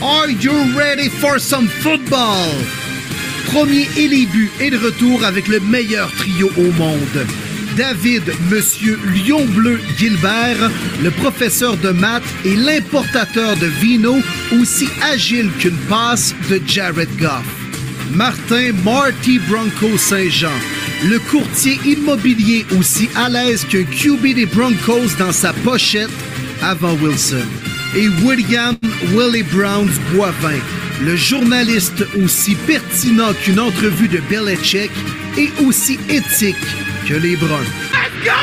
Are you ready for some football? Premier Élibu est de retour avec le meilleur trio au monde. David, Monsieur Lion Bleu Gilbert, le professeur de maths et l'importateur de vino, aussi agile qu'une passe de Jared Goff. Martin Marty Bronco Saint-Jean, le courtier immobilier aussi à l'aise qu'un QB des Broncos dans sa pochette avant Wilson. Et William Willie Browns Boivin, le journaliste aussi pertinent qu'une entrevue de Belichick et aussi éthique que les Bruns. Let's go!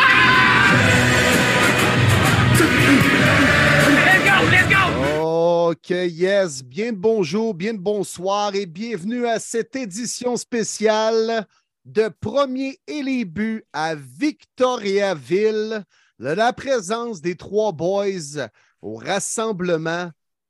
Let's go! OK, yes. Bien le bonjour, bien le bonsoir et bienvenue à cette édition spéciale de Premier Élibu à Victoriaville. La présence des trois boys au rassemblement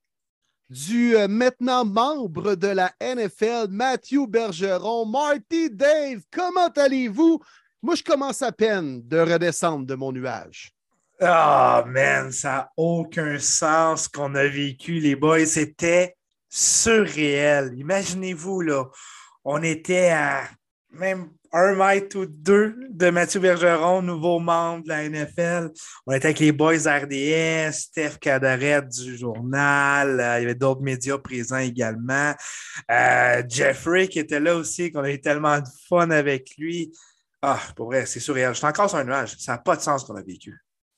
du maintenant membre de la NFL, Mathieu Bergeron. Marty, Dave, comment allez-vous? Moi, je commence à peine de redescendre de mon nuage. Ah, man, ça n'a aucun sens ce qu'on a vécu, les boys. C'était surréel. Imaginez-vous, là, on était à même 1 mètre ou 2 de Mathieu Bergeron, nouveau membre de la NFL. On était avec les boys RDS, Steph Cadaret du journal. Il y avait d'autres médias présents également. Jeffrey qui était là aussi, qu'on a eu tellement de fun avec lui. Ah, pour vrai, c'est surréel. Je suis encore sur un nuage. Ça n'a pas de sens ce qu'on a vécu.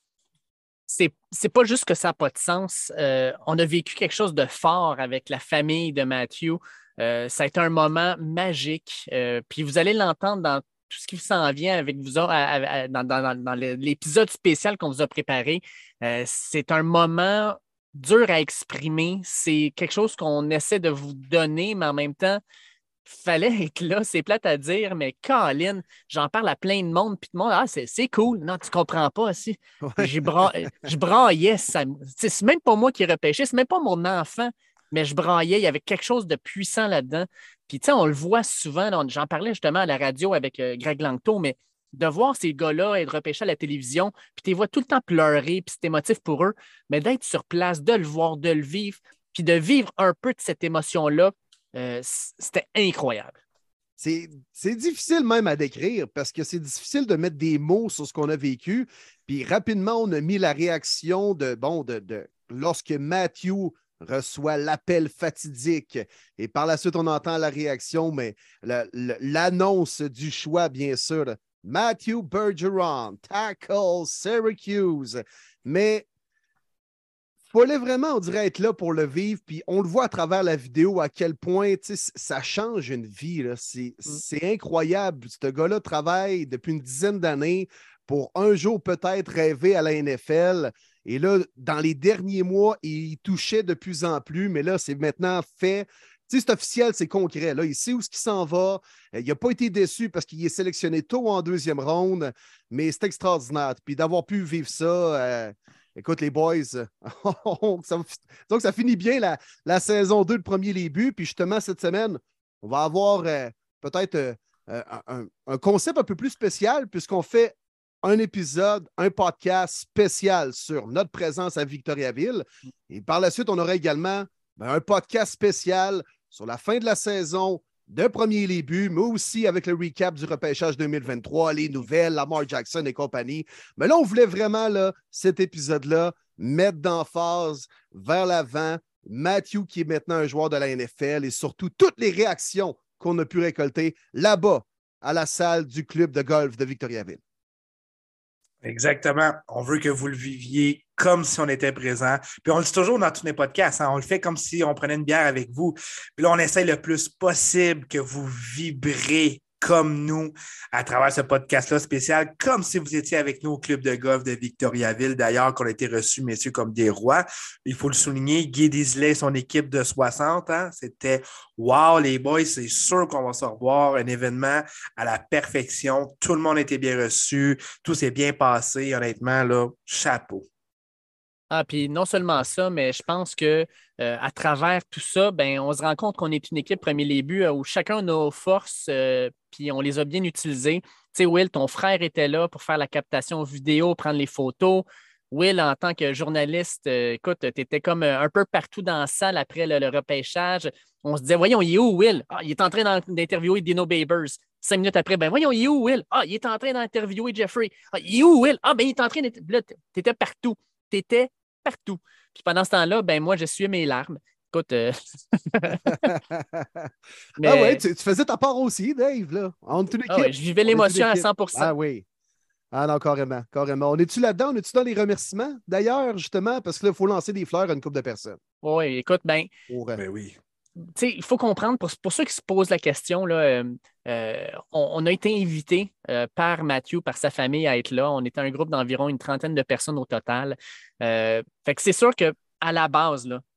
C'est pas juste que ça n'a pas de sens. On a vécu quelque chose de fort avec la famille de Matthew. Ça a été un moment magique. Puis vous allez l'entendre dans tout ce qui s'en vient avec vous dans l'épisode spécial qu'on vous a préparé. C'est un moment dur à exprimer. C'est quelque chose qu'on essaie de vous donner, mais en même temps, fallait être là, c'est plate à dire, mais Colin, j'en parle à plein de monde, puis tout le monde, c'est cool. Non, tu comprends pas aussi. Ouais. Je braillais. C'est même pas moi qui repêchais, c'est même pas mon enfant, mais je braillais. Il y avait quelque chose de puissant là-dedans. Puis, tu sais, on le voit souvent. Là, j'en parlais justement à la radio avec Greg Langto, mais de voir ces gars-là être repêchés à la télévision, puis tu les vois tout le temps pleurer, puis c'est émotif pour eux, mais d'être sur place, de le voir, de le vivre, puis de vivre un peu de cette émotion-là, c'était incroyable. C'est difficile même à décrire parce que c'est difficile de mettre des mots sur ce qu'on a vécu. Puis rapidement, on a mis la réaction de lorsque Matthew reçoit l'appel fatidique. Et par la suite, on entend la réaction, mais l'annonce du choix, bien sûr. Matthew Bergeron, tackle Syracuse. Mais il fallait vraiment, on dirait, être là pour le vivre. Puis on le voit à travers la vidéo à quel point ça change une vie. Là. C'est incroyable. Ce gars-là travaille depuis une dizaine d'années pour un jour peut-être rêver à la NFL. Et là, dans les derniers mois, il touchait de plus en plus. Mais là, c'est maintenant fait. C'est officiel, c'est concret. Là, il sait où il s'en va. Il n'a pas été déçu parce qu'il est sélectionné tôt en deuxième ronde. Mais c'est extraordinaire. Puis d'avoir pu vivre ça... Écoute, les boys, donc ça finit bien la saison 2 de Premier Élibu. Puis justement, cette semaine, on va avoir peut-être un concept un peu plus spécial puisqu'on fait un épisode, un podcast spécial sur notre présence à Victoriaville. Et par la suite, on aura également un podcast spécial sur la fin de la saison de Premier Élibu, mais aussi avec le recap du repêchage 2023, les nouvelles, Lamar Jackson et compagnie. Mais là, on voulait vraiment, cet épisode-là, mettre d'emphase vers l'avant Matthew, qui est maintenant un joueur de la NFL, et surtout toutes les réactions qu'on a pu récolter là-bas, à la salle du club de golf de Victoriaville. Exactement. On veut que vous le viviez comme si on était présent. Puis on le dit toujours dans tous les podcasts, hein? On le fait comme si on prenait une bière avec vous. Puis là, on essaye le plus possible que vous vibrez comme nous à travers ce podcast-là spécial, comme si vous étiez avec nous au club de golf de Victoriaville, d'ailleurs, qu'on a été reçus, messieurs, comme des rois. Il faut le souligner, Guy Disley et son équipe de 60, hein? C'était « Wow, les boys, c'est sûr qu'on va se revoir, un événement à la perfection. Tout le monde a été bien reçu, tout s'est bien passé. Honnêtement, là, chapeau. » Ah, puis non seulement ça, mais je pense que à travers tout ça, ben, on se rend compte qu'on est une équipe Premier Élibu où chacun a nos forces, puis on les a bien utilisées. Tu sais, Will, ton frère était là pour faire la captation vidéo, prendre les photos. Will, en tant que journaliste, écoute, tu étais comme un peu partout dans la salle après le repêchage. On se disait, voyons, il est où, Will? Ah, il est en train d'interviewer Dino Babers. 5 minutes après, ben voyons, il est où, Will? Ah, il est en train d'interviewer Jeffrey. Ah, il est où, Will? Ah, ben il est en train d'être. Là, tu étais partout. Tu étais partout. Puis pendant ce temps-là, ben moi, je suis mes larmes. Écoute, mais, Ah ouais, tu faisais ta part aussi, Dave, là. On est une équipe. ouais, je vivais On est une l'émotion à équipe. 100%. Ah oui. Ah non, carrément, carrément. On est-tu là-dedans? On est-tu dans les remerciements, d'ailleurs, justement? Parce que là, il faut lancer des fleurs à une couple de personnes. Oui, écoute, ben, Ben oui. il faut comprendre, pour ceux qui se posent la question, là, on a été invité par Matthew, par sa famille à être là. On était un groupe d'environ une trentaine de personnes au total. Fait que c'est sûr qu'à la base, là,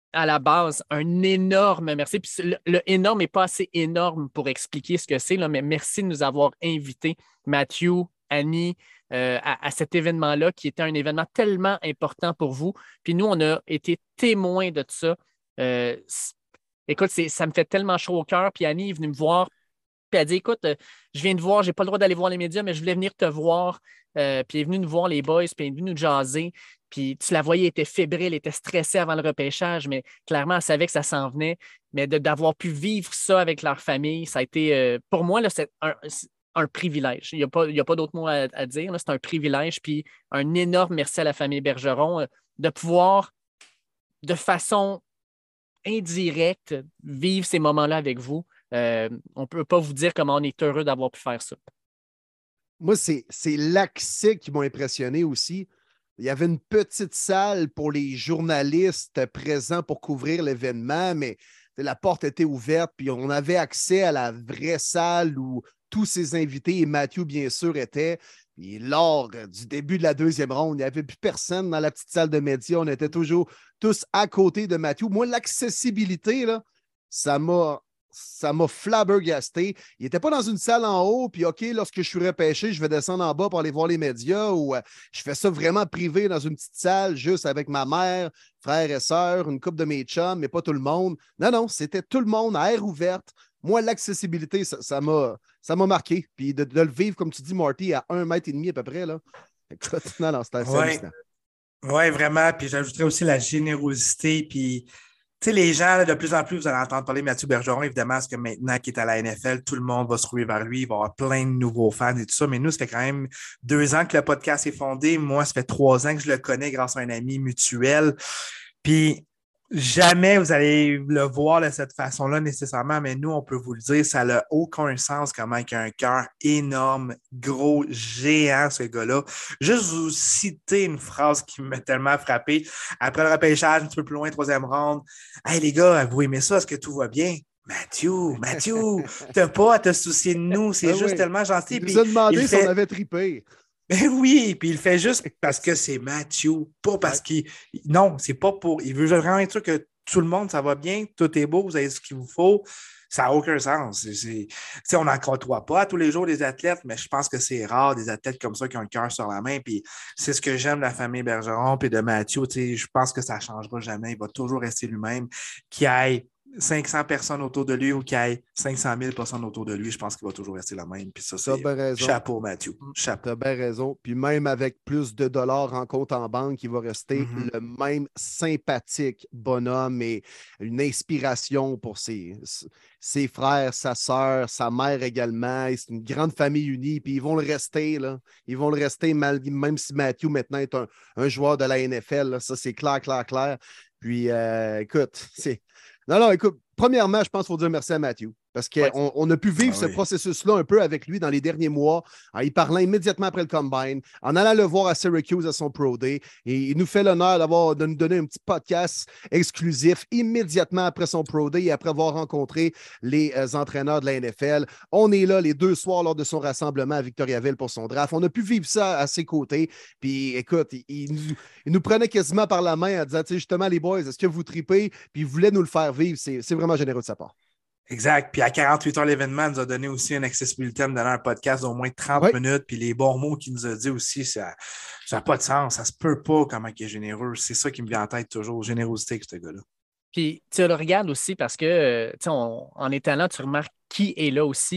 un énorme merci. Puis le énorme n'est pas assez énorme pour expliquer ce que c'est, là, mais merci de nous avoir invités, Matthew, Annie, à cet événement-là, qui était un événement tellement important pour vous. Puis nous, on a été témoins de ça. Écoute, ça me fait tellement chaud au cœur. Puis Annie est venue me voir. Puis elle a dit, écoute, je viens de voir, je n'ai pas le droit d'aller voir les médias, mais je voulais venir te voir. Puis elle est venue nous voir les boys, puis elle est venue nous jaser. Puis tu la voyais, elle était fébrile, elle était stressée avant le repêchage, mais clairement, elle savait que ça s'en venait. Mais d'avoir pu vivre ça avec leur famille, ça a été, pour moi, là, c'est un privilège. Il n'y a pas d'autre mot à dire. C'est un privilège. Puis un énorme merci à la famille Bergeron de pouvoir, de façon indirecte, vivre ces moments-là avec vous. On ne peut pas vous dire comment on est heureux d'avoir pu faire ça. Moi, c'est l'accès qui m'a impressionné aussi. Il y avait une petite salle pour les journalistes présents pour couvrir l'événement, mais la porte était ouverte, puis on avait accès à la vraie salle où tous ces invités et Matthew, bien sûr, étaient. Et lors du début de la deuxième ronde, il n'y avait plus personne dans la petite salle de médias. On était toujours tous à côté de Matthew. Moi, l'accessibilité, là, ça m'a flabbergasté. Il n'était pas dans une salle en haut, puis OK, lorsque je suis repêché, je vais descendre en bas pour aller voir les médias, ou je fais ça vraiment privé dans une petite salle, juste avec ma mère, frères et sœurs, une couple de mes chums, mais pas tout le monde. Non, c'était tout le monde à air ouverte. Moi, l'accessibilité, ça m'a marqué. Puis de le vivre, comme tu dis, Marty, à 1,5 mètre à peu près, là. Écoute, non, c'était assez hallucinant. Oui, vraiment. Puis j'ajouterais aussi la générosité. Puis, tu sais, les gens, là, de plus en plus, vous allez entendre parler de Mathieu Bergeron, évidemment, parce que maintenant qu'il est à la NFL, tout le monde va se rouler vers lui. Il va y avoir plein de nouveaux fans et tout ça. Mais nous, ça fait quand même 2 ans que le podcast est fondé. Moi, ça fait 3 ans que je le connais grâce à un ami mutuel. Puis, jamais vous allez le voir de cette façon-là nécessairement, mais nous, on peut vous le dire, ça n'a aucun sens comment il a un cœur énorme, gros, géant, ce gars-là. Juste vous citer une phrase qui m'a tellement frappé. Après le repêchage, un petit peu plus loin, 3e ronde. « Hey les gars, vous aimez ça? Est-ce que tout va bien? » Mathieu, t'as pas à te soucier de nous, c'est juste tellement gentil. Il nous a demandé si on avait trippé. Ben oui, puis il le fait juste parce que c'est Matthew, pas parce qu'il. Non, c'est pas pour. Il veut vraiment être sûr que tout le monde, ça va bien, tout est beau, vous avez ce qu'il vous faut. Ça n'a aucun sens. On n'en côtoie pas tous les jours des athlètes, mais je pense que c'est rare des athlètes comme ça qui ont le cœur sur la main. Puis c'est ce que j'aime de la famille Bergeron puis de Mathieu. Je pense que ça ne changera jamais. Il va toujours rester lui-même. Qu'il aille 500 personnes autour de lui ou qu'il y ait 500 000 personnes autour de lui, je pense qu'il va toujours rester la même. Puis ça, c'est chapeau, Mathieu. Chapeau. Tu as bien raison. Puis même avec plus de dollars en compte en banque, il va rester le même sympathique bonhomme et une inspiration pour ses frères, sa sœur, sa mère également. C'est une grande famille unie. Puis ils vont le rester, là. Ils vont le rester, même si Matthew maintenant est un joueur de la NFL. Là. Ça, c'est clair. Puis, écoute, Non, écoute, premièrement, je pense qu'il faut dire merci à Matthew. Parce qu'on a pu vivre ce processus-là un peu avec lui dans les derniers mois, en y parlant immédiatement après le Combine, en allant le voir à Syracuse à son Pro Day. Et il nous fait l'honneur de nous donner un petit podcast exclusif immédiatement après son Pro Day et après avoir rencontré les entraîneurs de la NFL. On est là les 2 soirs lors de son rassemblement à Victoriaville pour son draft. On a pu vivre ça à ses côtés. Puis écoute, il nous prenait quasiment par la main en disant, tu sais, justement, les boys, est-ce que vous tripez? Puis il voulait nous le faire vivre. C'est vraiment généreux de sa part. Exact. Puis à 48 heures, l'événement nous a donné aussi une accessibilité à me donner un podcast d'au moins 30 minutes. Puis les bons mots qu'il nous a dit aussi, ça n'a pas de sens. Ça se peut pas comment il est généreux. C'est ça qui me vient en tête toujours, générosité avec ce gars-là. Puis tu le regardes aussi parce que, en étant là, tu remarques qui est là aussi.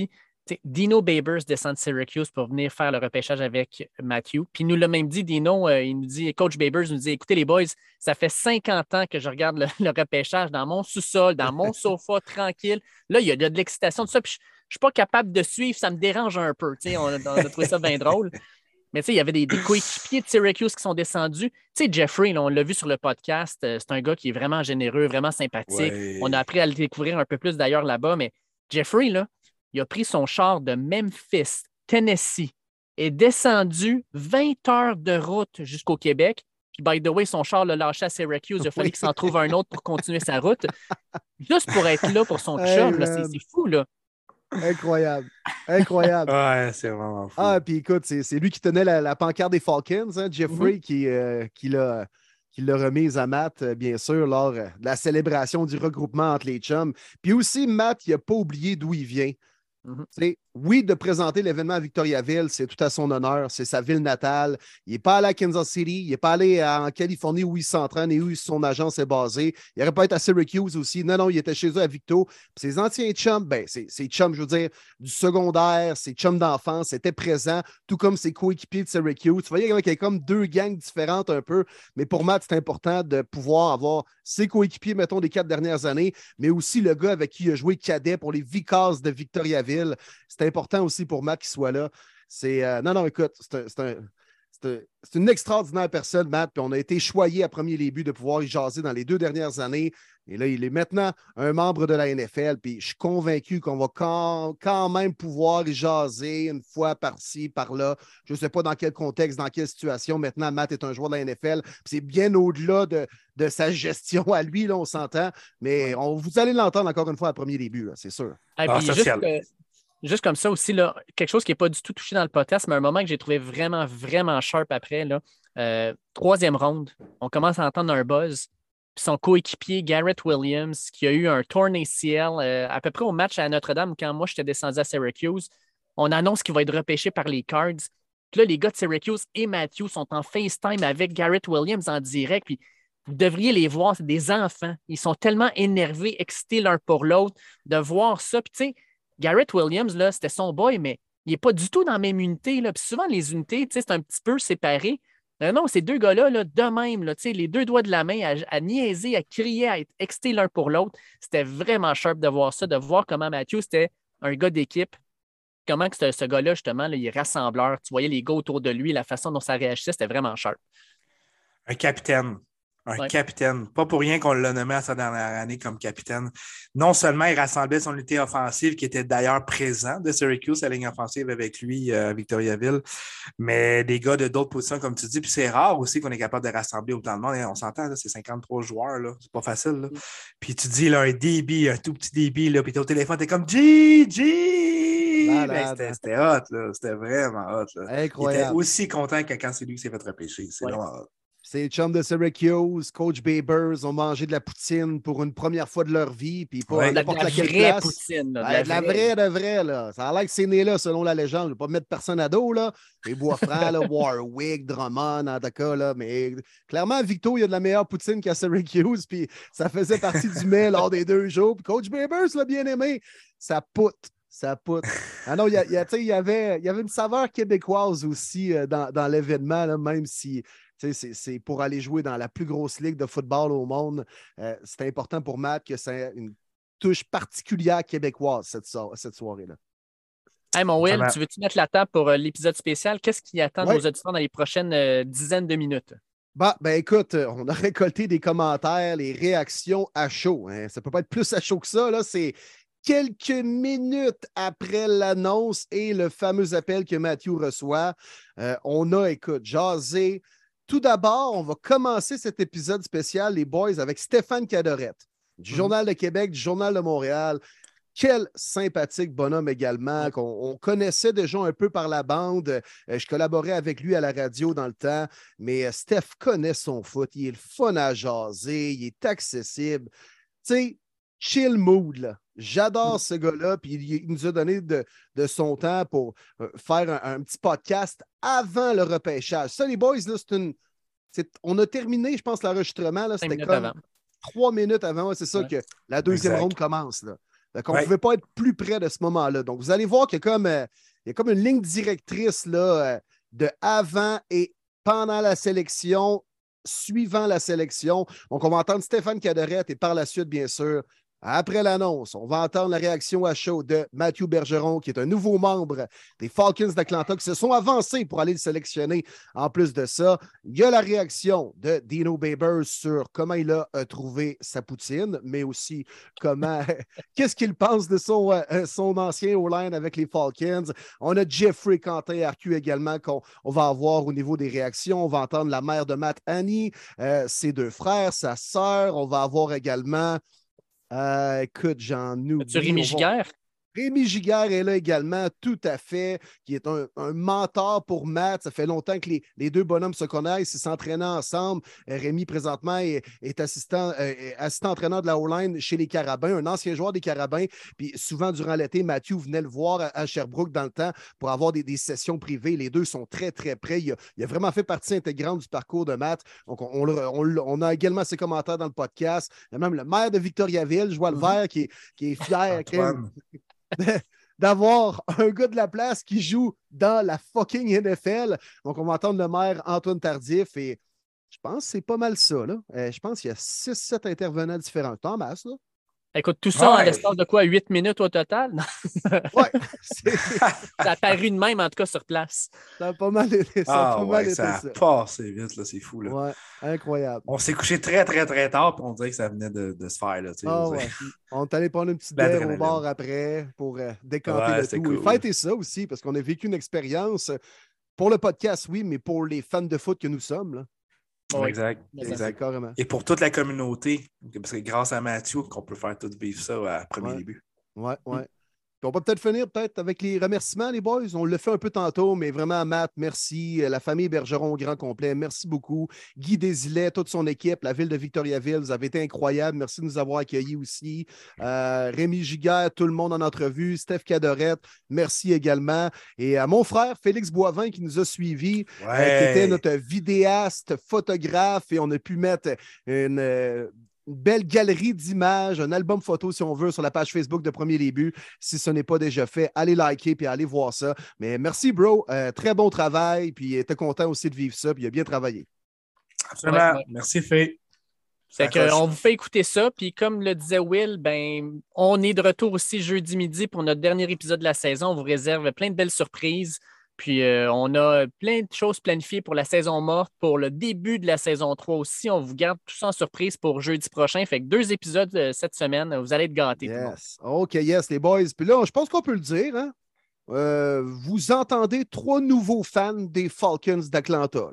Dino Babers descend de Syracuse pour venir faire le repêchage avec Matthew. Puis il nous l'a même dit, Dino, il nous dit, Coach Babers nous dit, écoutez les boys, ça fait 50 ans que je regarde le repêchage dans mon sous-sol, dans mon sofa, tranquille. Là, il y a de l'excitation, tout ça. Puis je ne suis pas capable de suivre, ça me dérange un peu. On a trouvé ça bien drôle. Mais il y avait des coéquipiers de Syracuse qui sont descendus. Jeffrey, là, on l'a vu sur le podcast, c'est un gars qui est vraiment généreux, vraiment sympathique. Ouais. On a appris à le découvrir un peu plus d'ailleurs là-bas, mais Jeffrey, là, il a pris son char de Memphis, Tennessee, et descendu 20 heures de route jusqu'au Québec. Puis, by the way, son char l'a lâché à Syracuse. Il a fallu qu'il s'en trouve un autre pour continuer sa route. Juste pour être là pour son chum, là, c'est fou, là. Incroyable. Incroyable. Ouais, c'est vraiment fou. Ah, puis écoute, c'est lui qui tenait la pancarte des Falcons, hein, Jeffrey, qui l'a remise à Matt, bien sûr, lors de la célébration du regroupement entre les chums. Puis aussi, Matt, il n'a pas oublié d'où il vient. Oui, de présenter l'événement à Victoriaville, c'est tout à son honneur, c'est sa ville natale. Il n'est pas allé à Kansas City, il n'est pas allé en Californie où il s'entraîne et où son agence est basée. Il n'aurait pas été à Syracuse aussi. Non, il était chez eux à Victo. Puis ses anciens chums, ses chums, je veux dire, du secondaire, ses chums d'enfance étaient présents, tout comme ses coéquipiers de Syracuse. Tu voyais qu'il y a comme deux gangs différentes un peu, mais pour Matt, c'est important de pouvoir avoir ses coéquipiers, mettons, des 4 dernières années, mais aussi le gars avec qui il a joué cadet pour les Vicars de Victoriaville. C'est important aussi pour Matt qu'il soit là. Non, écoute, c'est une extraordinaire personne, Matt, puis on a été choyés à premier début de pouvoir y jaser dans les 2 dernières années. Et là, il est maintenant un membre de la NFL, puis je suis convaincu qu'on va quand même pouvoir y jaser une fois par-ci, par-là. Je ne sais pas dans quel contexte, dans quelle situation. Maintenant, Matt est un joueur de la NFL, puis c'est bien au-delà de sa gestion à lui, là, on s'entend, mais vous allez l'entendre encore une fois à premier début, là, c'est sûr. Juste comme ça aussi, là, quelque chose qui n'est pas du tout touché dans le podcast, mais un moment que j'ai trouvé vraiment, vraiment sharp après, là, 3e ronde, on commence à entendre un buzz. Puis son coéquipier, Garrett Williams, qui a eu un torn ACL à peu près au match à Notre-Dame, quand moi, j'étais descendu à Syracuse, on annonce qu'il va être repêché par les Cards. Puis là, les gars de Syracuse et Matthew sont en FaceTime avec Garrett Williams en direct. Puis vous devriez les voir, c'est des enfants. Ils sont tellement énervés, excités l'un pour l'autre de voir ça. Puis tu sais, Garrett Williams, là, c'était son boy, mais il n'est pas du tout dans la même unité. Là. Puis souvent, les unités, c'est un petit peu séparé. Non, ces deux gars-là, là, de même, là, les 2 doigts de la main à niaiser, à crier, à être excités l'un pour l'autre. C'était vraiment sharp de voir ça, de voir comment Matthew, c'était un gars d'équipe. Comment que ce gars-là, justement, là, il est rassembleur. Tu voyais les gars autour de lui, la façon dont ça réagissait, c'était vraiment sharp. Un capitaine. Capitaine. Pas pour rien qu'on l'a nommé à sa dernière année comme capitaine. Non seulement il rassemblait son unité offensive, qui était d'ailleurs présent de Syracuse, la ligne offensive avec lui à Victoriaville, mais des gars de d'autres positions, comme tu dis. Puis c'est rare aussi qu'on est capable de rassembler autant de monde. On s'entend, là, c'est 53 joueurs. Là. C'est pas facile. Là. Puis tu dis là, un DB, un tout petit DB, là, puis t'es au téléphone, t'es comme G! Ben, c'était hot. Là. C'était vraiment hot. Là. Incroyable. Il était aussi content que quand c'est lui qui s'est fait repêcher. C'est vraiment hot. C'est les chums de Syracuse, Coach Babers ont mangé de la poutine pour une première fois de leur vie, puis pas n'importe laquelle place. Poutine, là, de la vraie, là. Ça a l'air que c'est né là, selon la légende. Je ne vais pas mettre personne à dos, là. Les Bois-Francs, là, Warwick, Drummond, en tout cas, là. Mais clairement, à Victo, il y a de la meilleure poutine qu'à Syracuse, puis ça faisait partie du mets lors des 2 jours. Puis Coach Babers l'a bien aimé. Ça poutre. Ah non, il y avait une saveur québécoise aussi dans l'événement, là, même si c'est pour aller jouer dans la plus grosse ligue de football au monde. C'est important pour Matt que c'est une touche particulière québécoise cette soirée-là. Hey, mon Will, tu veux-tu mettre la table pour l'épisode spécial? Qu'est-ce qui attend nos auditeurs dans les prochaines dizaines de minutes? Ben écoute, on a récolté des commentaires, les réactions à chaud. Hein. Ça ne peut pas être plus à chaud que ça. Là. C'est quelques minutes après l'annonce et le fameux appel que Matthew reçoit. On a, écoute, jasé. Tout d'abord, on va commencer cet épisode spécial, les boys, avec Stéphane Cadorette, du Journal de Québec, du Journal de Montréal. Quel sympathique bonhomme également, qu'on connaissait déjà un peu par la bande. Je collaborais avec lui à la radio dans le temps, mais Steph connaît son foot. Il est le fun à jaser, il est accessible. Tu sais, chill mood, là. J'adore ce gars-là, puis il nous a donné de son temps pour faire un petit podcast avant le repêchage. Ça, les boys, là, on a terminé, je pense, l'enregistrement. C'était comme 3 minutes avant. C'est ça que la deuxième ronde commence. Là. Donc, on ne pouvait pas être plus près de ce moment-là. Donc, vous allez voir qu'il y a comme une ligne directrice là, de avant et pendant la sélection, suivant la sélection. Donc, on va entendre Stéphane Cadorette et par la suite, bien sûr, après l'annonce, on va entendre la réaction à chaud de Mathieu Bergeron, qui est un nouveau membre des Falcons d'Atlanta, qui se sont avancés pour aller le sélectionner. En plus de ça, il y a la réaction de Dino Babers sur comment il a trouvé sa poutine, mais aussi qu'est-ce qu'il pense de son ancien O-line avec les Falcons. On a Jeffrey Quentin-Arcu également qu'on va avoir au niveau des réactions. On va entendre la mère de Matt, Annie, ses deux frères, sa sœur. On va avoir également... écoute, j'en oublie. As-tu Rémi Giguère? Rémi Giguère est là également, tout à fait, qui est un mentor pour Matt. Ça fait longtemps que les deux bonhommes se connaissent, ils s'entraînent ensemble. Rémi, présentement, est assistant entraîneur de la O-line chez les Carabins, un ancien joueur des Carabins. Puis souvent, durant l'été, Mathieu venait le voir à Sherbrooke dans le temps pour avoir des sessions privées. Les deux sont très, très près. Il a vraiment fait partie intégrante du parcours de Matt. Donc, on a également ses commentaires dans le podcast. Il y a même le maire de Victoriaville, Joël Vert, qui est fier d'avoir un gars de la place qui joue dans la fucking NFL. Donc, on va entendre le maire Antoine Tardif et je pense que c'est pas mal ça. Là. Je pense qu'il y a 6-7 intervenants différents. C'est en masse, là. Écoute, tout ça en l'espace de quoi? 8 minutes au total? Oui. Ça a paru de même, en tout cas, sur place. Ça a pas mal été ça. Ça a passé vite, là, c'est fou. Là. Ouais, incroyable. On s'est couché très, très, très tard, puis on dirait que ça venait de se faire. Là, ouais. On est allé prendre une petite bière au bar après pour décanter le tout. Cool. Et fêter ça aussi, parce qu'on a vécu une expérience pour le podcast, oui, mais pour les fans de foot que nous sommes, là. Oui, exact. Carrément. Et pour toute la communauté, parce que grâce à Mathieu, qu'on peut faire tout vivre ça à premier début. Oui. On va peut-être finir avec les remerciements, les boys. On le fait un peu tantôt, mais vraiment, Matt, merci. La famille Bergeron au grand complet, merci beaucoup. Guy Desilets, toute son équipe, la ville de Victoriaville, vous avez été incroyables. Merci de nous avoir accueillis aussi. Rémi Giguère, tout le monde en entrevue. Steph Cadorette, merci également. Et à mon frère, Félix Boivin, qui nous a suivis, qui était notre vidéaste, photographe, et on a pu mettre une belle galerie d'images, un album photo, si on veut, sur la page Facebook de Premier Début. Si ce n'est pas déjà fait, allez liker et allez voir ça. Mais merci, bro. Très bon travail. Puis était content aussi de vivre ça. Puis il a bien travaillé. Absolument. Ouais. Merci, Faye. On vous fait écouter ça. Puis comme le disait Will, on est de retour aussi jeudi midi pour notre dernier épisode de la saison. On vous réserve plein de belles surprises. Puis on a plein de choses planifiées pour la saison morte, pour le début de la saison 3 aussi. On vous garde tout ça en surprise pour jeudi prochain. Fait que 2 épisodes cette semaine. Vous allez être gâtés. Yes. OK, yes, les boys. Puis là, je pense qu'on peut le dire. Hein? Vous entendez 3 nouveaux fans des Falcons d'Atlanta.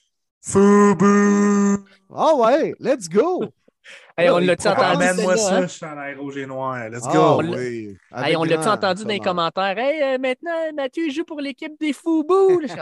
Fubu! Ah ouais, let's go! Hey, on l'a-tu entendu? Amène-moi ça, je suis en air rouge et noir. Let's go! Oui. Hey, on l'a-tu entendu dans les commentaires? Hey, maintenant, Mathieu joue pour l'équipe des Foubous. Oui.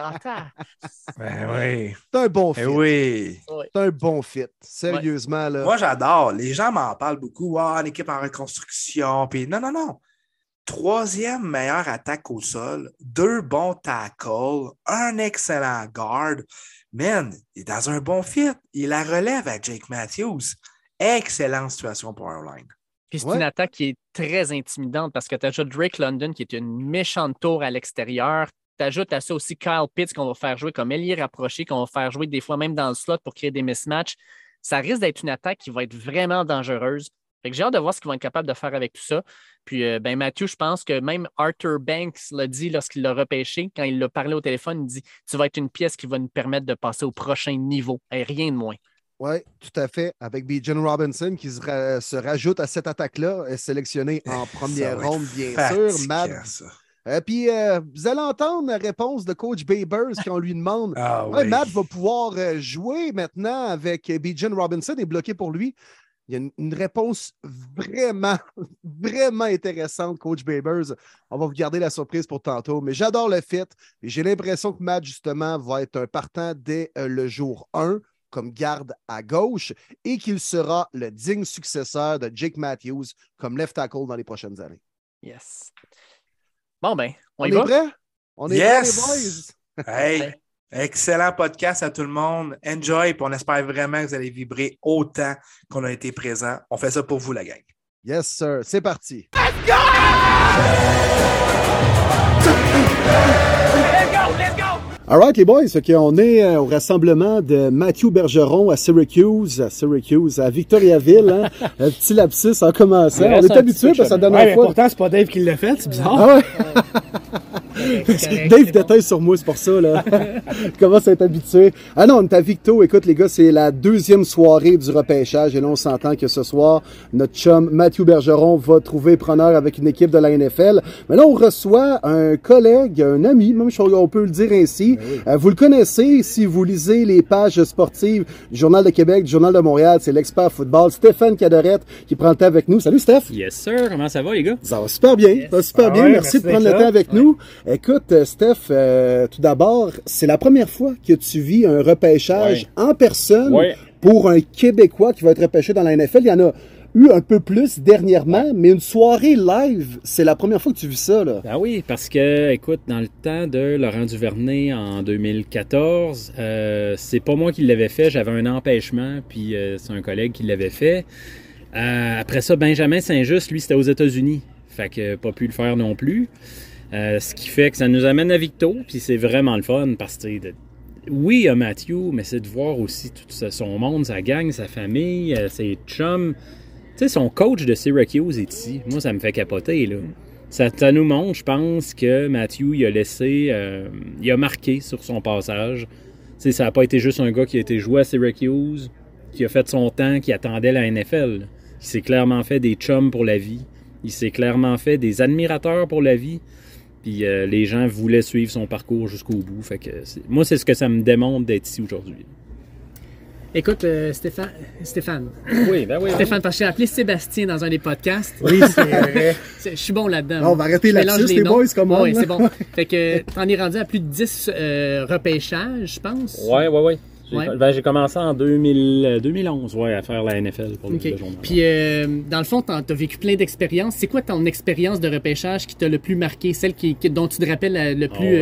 C'est un bon fit. Oui. C'est un bon fit. Sérieusement, là. Moi, j'adore. Les gens m'en parlent beaucoup. Une équipe en reconstruction. Puis non. 3e meilleure attaque au sol, 2 bons tackles, un excellent guard. Man, il est dans un bon fit. Il la relève à Jake Matthews. Excellente situation pour un line. Puis c'est une attaque qui est très intimidante parce que tu ajoutes Drake London qui est une méchante tour à l'extérieur. Tu ajoutes à ça aussi Kyle Pitts qu'on va faire jouer comme ailier rapproché, qu'on va faire jouer des fois même dans le slot pour créer des mismatchs. Ça risque d'être une attaque qui va être vraiment dangereuse. Fait que j'ai hâte de voir ce qu'ils vont être capables de faire avec tout ça. Puis, Mathieu, je pense que même Arthur Banks l'a dit lorsqu'il l'a repêché, quand il l'a parlé au téléphone, il dit « Tu vas être une pièce qui va nous permettre de passer au prochain niveau. » Et rien de moins. Oui, tout à fait. Avec Bijan Robinson qui se rajoute à cette attaque-là, sélectionné en première ronde, bien sûr. Puis, vous allez entendre la réponse de Coach Babers quand on lui demande Matt va pouvoir jouer maintenant avec Bijan Robinson et bloqué pour lui. Il y a une réponse vraiment, vraiment intéressante, Coach Babers. On va vous garder la surprise pour tantôt, mais j'adore le fit. Et j'ai l'impression que Matt, justement, va être un partant dès le jour 1 comme garde à gauche et qu'il sera le digne successeur de Jake Matthews comme left tackle dans les prochaines années. Yes. Bon, on est prêt? On est prêts, les boys? Hey! Excellent podcast à tout le monde. Enjoy, puis on espère vraiment que vous allez vibrer autant qu'on a été présents. On fait ça pour vous, la gang. Yes, sir. C'est parti. Let's go! All right, les boys, on est au rassemblement de Matthew Bergeron à Syracuse, à Victoriaville. Hein? Un petit lapsus en commençant. On est habitué parce que ça donne un fois. Pourtant, c'est pas Dave qui l'a fait, c'est bizarre. Ah ouais? Dave détaille sur moi, c'est pour ça, là. Comment ça être habitué? Ah non, on est à Victo. Écoute, les gars, c'est la deuxième soirée du repêchage. Et là, on s'entend que ce soir, notre chum Matthew Bergeron va trouver preneur avec une équipe de la NFL. Mais là, on reçoit un collègue, un ami, même on peut le dire ainsi. Oui. Vous le connaissez si vous lisez les pages sportives du Journal de Québec, du Journal de Montréal. C'est l'expert football, Stéphane Cadorette, qui prend le temps avec nous. Salut, Steph! Yes, sir. Comment ça va, les gars? Ça va super bien. Yes. Ça va super bien. Merci de prendre le temps avec nous. Écoute, Steph, tout d'abord, c'est la première fois que tu vis un repêchage en personne pour un Québécois qui va être repêché dans la NFL. Il y en a eu un peu plus dernièrement, mais une soirée live, c'est la première fois que tu vis ça, là. Ah oui, parce que, écoute, dans le temps de Laurent Duvernay en 2014, c'est pas moi qui l'avais fait, j'avais un empêchement, puis c'est un collègue qui l'avait fait. Après ça, Benjamin Saint-Just, lui, c'était aux États-Unis, fait que pas pu le faire non plus. Ce qui fait que ça nous amène à Victo, puis c'est vraiment le fun, parce que oui, il y a Matthew, mais c'est de voir aussi tout son monde, sa gang, sa famille, ses chums. Tu sais, son coach de Syracuse est ici. Moi, ça me fait capoter, là. Ça nous montre, je pense, que Matthew, il a laissé... il a marqué sur son passage. Tu sais, ça n'a pas été juste un gars qui a été joué à Syracuse, qui a fait son temps, qui attendait la NFL. Il s'est clairement fait des chums pour la vie. Il s'est clairement fait des admirateurs pour la vie. Puis les gens voulaient suivre son parcours jusqu'au bout. Fait que moi, c'est ce que ça me démontre d'être ici aujourd'hui. Écoute, Stéphane. Oui, ben oui. Stéphane, parce que j'ai appelé Sébastien dans un des podcasts. Oui, c'est vrai. Je suis bon là-dedans. On va arrêter là-dessus, les boys, comme on. Oui, c'est bon. Fait que t'en es rendu à plus de 10 repêchages, je pense. Oui. J'ai commencé en 2011 à faire la NFL pour le journal. Puis, dans le fond, t'as vécu plein d'expériences. C'est quoi ton expérience de repêchage qui t'a le plus marqué, celle dont tu te rappelles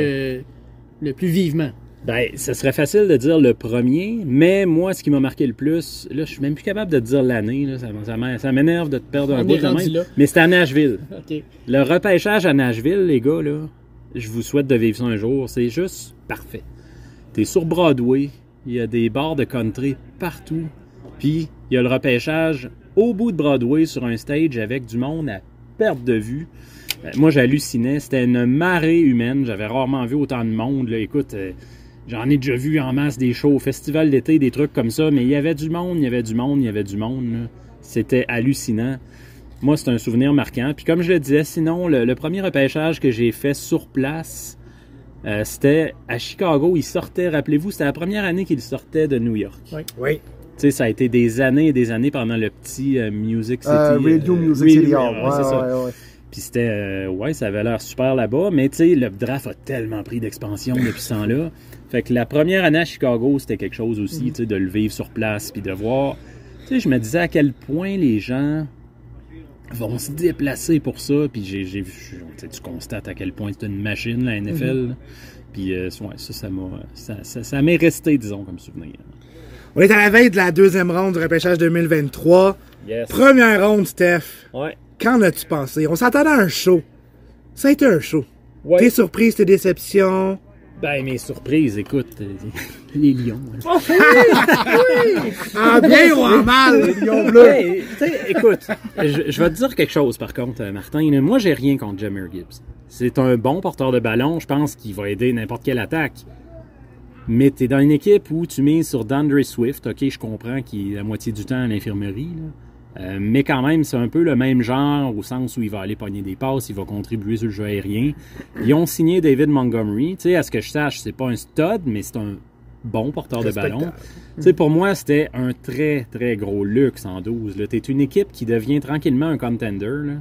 le plus vivement? Ben, ce serait facile de dire le premier, mais moi, ce qui m'a marqué le plus, là, je suis même plus capable de te dire l'année, là, ça m'énerve de te perdre un bout de main, mais c'était à Nashville. Okay. Le repêchage à Nashville, les gars, là, je vous souhaite de vivre ça un jour, c'est juste parfait. T'es sur Broadway, il y a des bars de country partout, puis il y a le repêchage au bout de Broadway sur un stage avec du monde à perte de vue. Moi, j'hallucinais, c'était une marée humaine, j'avais rarement vu autant de monde, là. Écoute... J'en ai déjà vu en masse des shows au festival d'été, des trucs comme ça, mais il y avait du monde. Là. C'était hallucinant. Moi, c'est un souvenir marquant. Puis comme je le disais, sinon, le premier repêchage que j'ai fait sur place, c'était à Chicago. Il sortait, rappelez-vous, c'était la première année qu'il sortait de New York. Oui. Tu sais, ça a été des années et des années pendant le petit Music City. Radio Music City. C'est ça. Puis c'était, ça avait l'air super là-bas, mais tu sais, le draft a tellement pris d'expansion depuis ce temps-là. Fait que la première année à Chicago, c'était quelque chose aussi, tu sais, de le vivre sur place, puis de voir, tu sais, je me disais à quel point les gens vont se déplacer pour ça, puis j'ai vu, tu constates à quel point c'est une machine, la NFL, puis ça m'est resté, disons, comme souvenir. On est à la veille de la deuxième ronde du repêchage 2023. Yes. Première ronde, Steph. Ouais. Qu'en as-tu pensé? On s'attendait à un show. Ça a été un show. Ouais. Tes surprises, tes déceptions? Ben, mes surprises, écoute, les lions. Oh, oui! En bien ou en mal? Les lions bleus. Hey, écoute, je vais te dire quelque chose, par contre, Martin. Moi, j'ai rien contre Jahmyr Gibbs. C'est un bon porteur de ballon. Je pense qu'il va aider n'importe quelle attaque. Mais tu es dans une équipe où tu mises sur DeAndre Swift. OK, je comprends qu'il est la moitié du temps à l'infirmerie, là. Mais quand même, c'est un peu le même genre au sens où il va aller pogner des passes, il va contribuer sur le jeu aérien. Ils ont signé David Montgomery. Tu sais, à ce que je sache, c'est pas un stud, mais c'est un bon porteur de ballon. Tu sais, pour moi, c'était un très, très gros luxe en 12. Tu es une équipe qui devient tranquillement un contender. Là.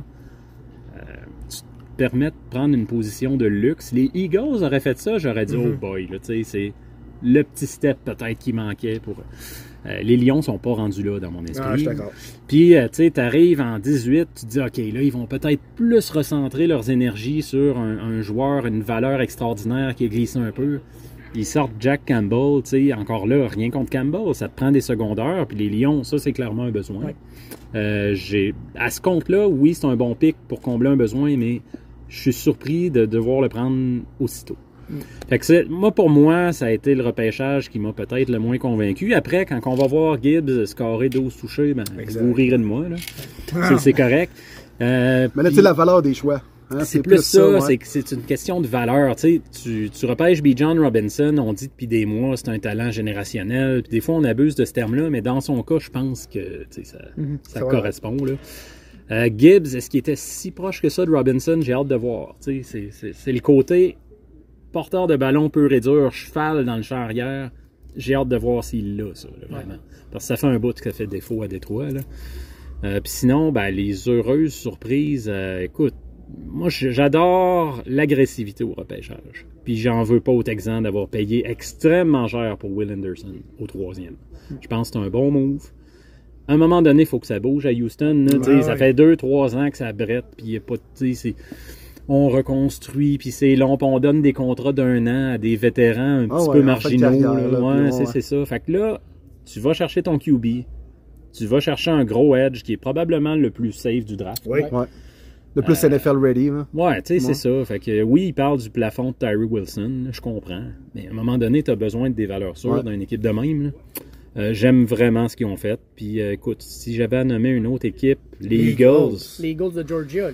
Tu te permets de prendre une position de luxe. Les Eagles auraient fait ça, j'aurais dit, oh boy, tu sais, c'est le petit step peut-être qui manquait pour... les Lions sont pas rendus là dans mon esprit. Ah, je suis d'accord. Puis, tu sais, t'arrives en 18, tu te dis, OK, là, ils vont peut-être plus recentrer leurs énergies sur un joueur, une valeur extraordinaire qui a glissé un peu. Ils sortent Jack Campbell, tu sais, encore là, rien contre Campbell, ça te prend des secondaires, puis les Lions, ça, c'est clairement un besoin. Ouais. À ce compte-là, oui, c'est un bon pic pour combler un besoin, mais je suis surpris de devoir le prendre aussitôt. Fait que moi, pour moi, ça a été le repêchage qui m'a peut-être le moins convaincu. Après, quand on va voir Gibbs scorer 12 touchés, ben, vous rirez de moi, là. C'est correct. Mais là, tu sais, la valeur des choix. Hein, c'est plus ça, ouais. C'est une question de valeur. Tu repêches Bijan Robinson, on dit depuis des mois, c'est un talent générationnel. Puis des fois, on abuse de ce terme-là, mais dans son cas, je pense que ça correspond. Là. Gibbs, est-ce qu'il était si proche que ça de Robinson? J'ai hâte de voir. C'est le côté porteur de ballon pur et dur, cheval dans le champ arrière. J'ai hâte de voir s'il l'a, ça, là, vraiment. Parce que ça fait un bout que ça fait défaut à Détroit. Puis sinon, ben, les heureuses surprises, écoute, moi, j'adore l'agressivité au repêchage. Puis j'en veux pas aux Texans d'avoir payé extrêmement cher pour Will Anderson au 3e. Je pense que c'est un bon move. À un moment donné, il faut que ça bouge à Houston. Là, ça fait 2-3 ans que ça brette, puis il n'y a pas de... On reconstruit, puis c'est long, puis on donne des contrats d'1 an à des vétérans un petit peu marginaux. C'est ça. Fait que là, tu vas chercher ton QB, tu vas chercher un gros edge qui est probablement le plus safe du draft. Oui. Le plus NFL ready. Hein? Ouais, tu sais, c'est ça. Fait que oui, il parle du plafond de Tyree Wilson, je comprends. Mais à un moment donné, tu as besoin de des valeurs sûres dans une équipe de même. Là. J'aime vraiment ce qu'ils ont fait. Puis écoute, si j'avais à nommer une autre équipe, les Eagles. Les Eagles de Georgia, là.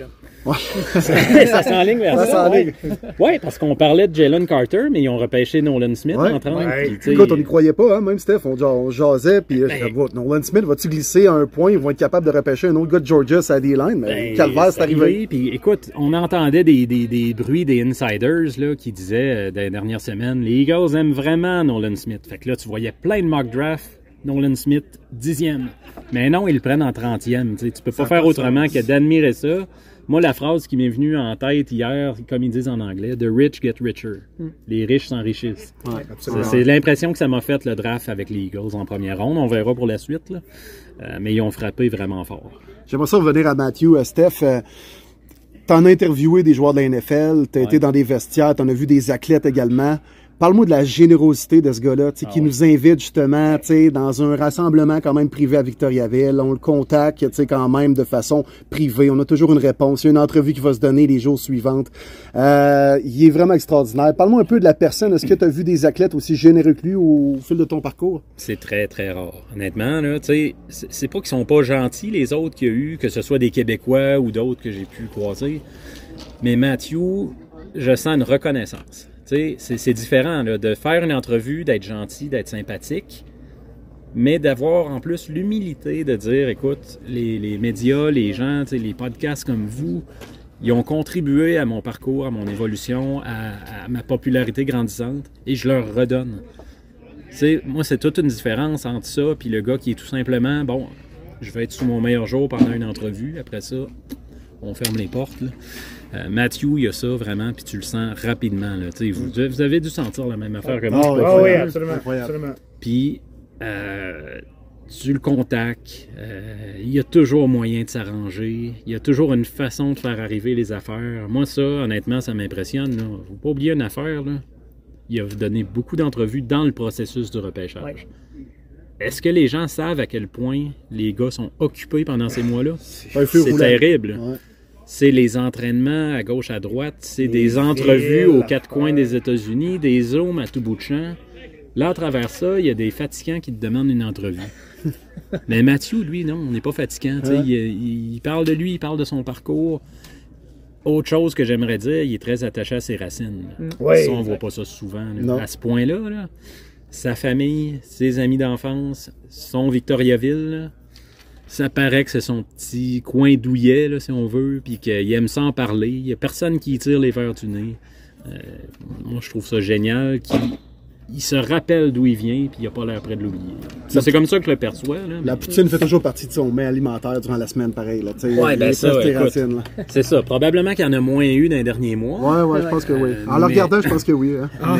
Ça s'enligne vers ça. Oui, parce qu'on parlait de Jalen Carter, mais ils ont repêché Nolan Smith en 30. Puis, écoute, on n'y croyait pas, hein, même Steph. On jasait, puis Nolan Smith, va-tu glisser à un point? Ils vont être capables de repêcher un autre gars de Georgia, ça a des lines, mais calvaire, c'est arrivé. Puis écoute, on entendait des bruits des insiders là, qui disaient dans les dernières semaines, les Eagles aiment vraiment Nolan Smith. Fait que là, tu voyais plein de mock drafts. Nolan Smith, 10e. Mais non, ils le prennent en 30e. Tu peux pas faire autrement que d'admirer ça. Moi, la phrase qui m'est venue en tête hier, comme ils disent en anglais, « The rich get richer ». Les riches s'enrichissent. C'est l'impression que ça m'a fait le draft avec les Eagles en première ronde. On verra pour la suite. Là. Mais ils ont frappé vraiment fort. J'aimerais ça revenir à Matthew. Steph, t'en as interviewé des joueurs de la NFL, t'as été dans des vestiaires, t'en as vu des athlètes également. Parle-moi de la générosité de ce gars-là, qui nous invite justement dans un rassemblement quand même privé à Victoriaville. On le contacte quand même de façon privée. On a toujours une réponse. Il y a une entrevue qui va se donner les jours suivants. Il est vraiment extraordinaire. Parle-moi un peu de la personne. Est-ce que tu as vu des athlètes aussi généreux que lui au fil de ton parcours? C'est très, très rare. Honnêtement, là, c'est pas qu'ils sont pas gentils, les autres qu'il y a eu, que ce soit des Québécois ou d'autres que j'ai pu croiser. Mais Matthew, je sens une reconnaissance. C'est différent là, de faire une entrevue, d'être gentil, d'être sympathique, mais d'avoir en plus l'humilité de dire, écoute, les médias, les gens, les podcasts comme vous, ils ont contribué à mon parcours, à mon évolution, à ma popularité grandissante, et je leur redonne. Moi, c'est toute une différence entre ça puis le gars qui est tout simplement, bon, je vais être sous mon meilleur jour pendant une entrevue, après ça, on ferme les portes, là. Matthew, il y a ça vraiment, puis tu le sens rapidement. Là, vous avez dû sentir la même affaire que moi. Oui, absolument. Puis, tu le contactes, il y a toujours moyen de s'arranger, il y a toujours une façon de faire arriver les affaires. Moi, ça, honnêtement, ça m'impressionne. Il ne faut pas oublier une affaire. Là. Il a donné beaucoup d'entrevues dans le processus du repêchage. Ouais. Est-ce que les gens savent à quel point les gars sont occupés pendant ces mois-là? C'est terrible. Ouais. C'est les entraînements à gauche, à droite. C'est des entrevues aux quatre coins des États-Unis, des zooms à tout bout de champ. Là, à travers ça, il y a des fatigants qui te demandent une entrevue. Mais Matthew, lui, non, on n'est pas fatigant. Il parle de lui, il parle de son parcours. Autre chose que j'aimerais dire, il est très attaché à ses racines. Ça, on ne voit pas ça souvent. À ce point-là, là, sa famille, ses amis d'enfance, son Victoriaville, là, ça paraît que c'est son petit coin douillet, là, si on veut, puis qu'il aime ça en parler. Il n'y a personne qui tire les verres du nez. Moi, je trouve ça génial qu'il se rappelle d'où il vient, puis il n'a pas l'air près de l'oublier. C'est comme ça que je le perçois. Là, la poutine fait toujours partie de son mets alimentaire durant la semaine, pareil. C'est ça. Probablement qu'il y en a moins eu dans les derniers mois. Oui, je pense que oui. En le regardant, je pense que oui. Hein.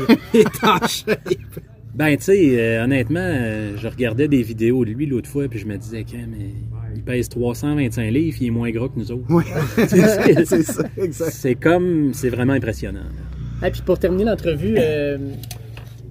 Ben, tu sais, honnêtement, je regardais des vidéos de lui l'autre fois, puis je me disais, mais il pèse 325 livres, il est moins gras que nous autres. Oui, c'est ça, exact. C'est vraiment impressionnant. Et puis pour terminer l'entrevue,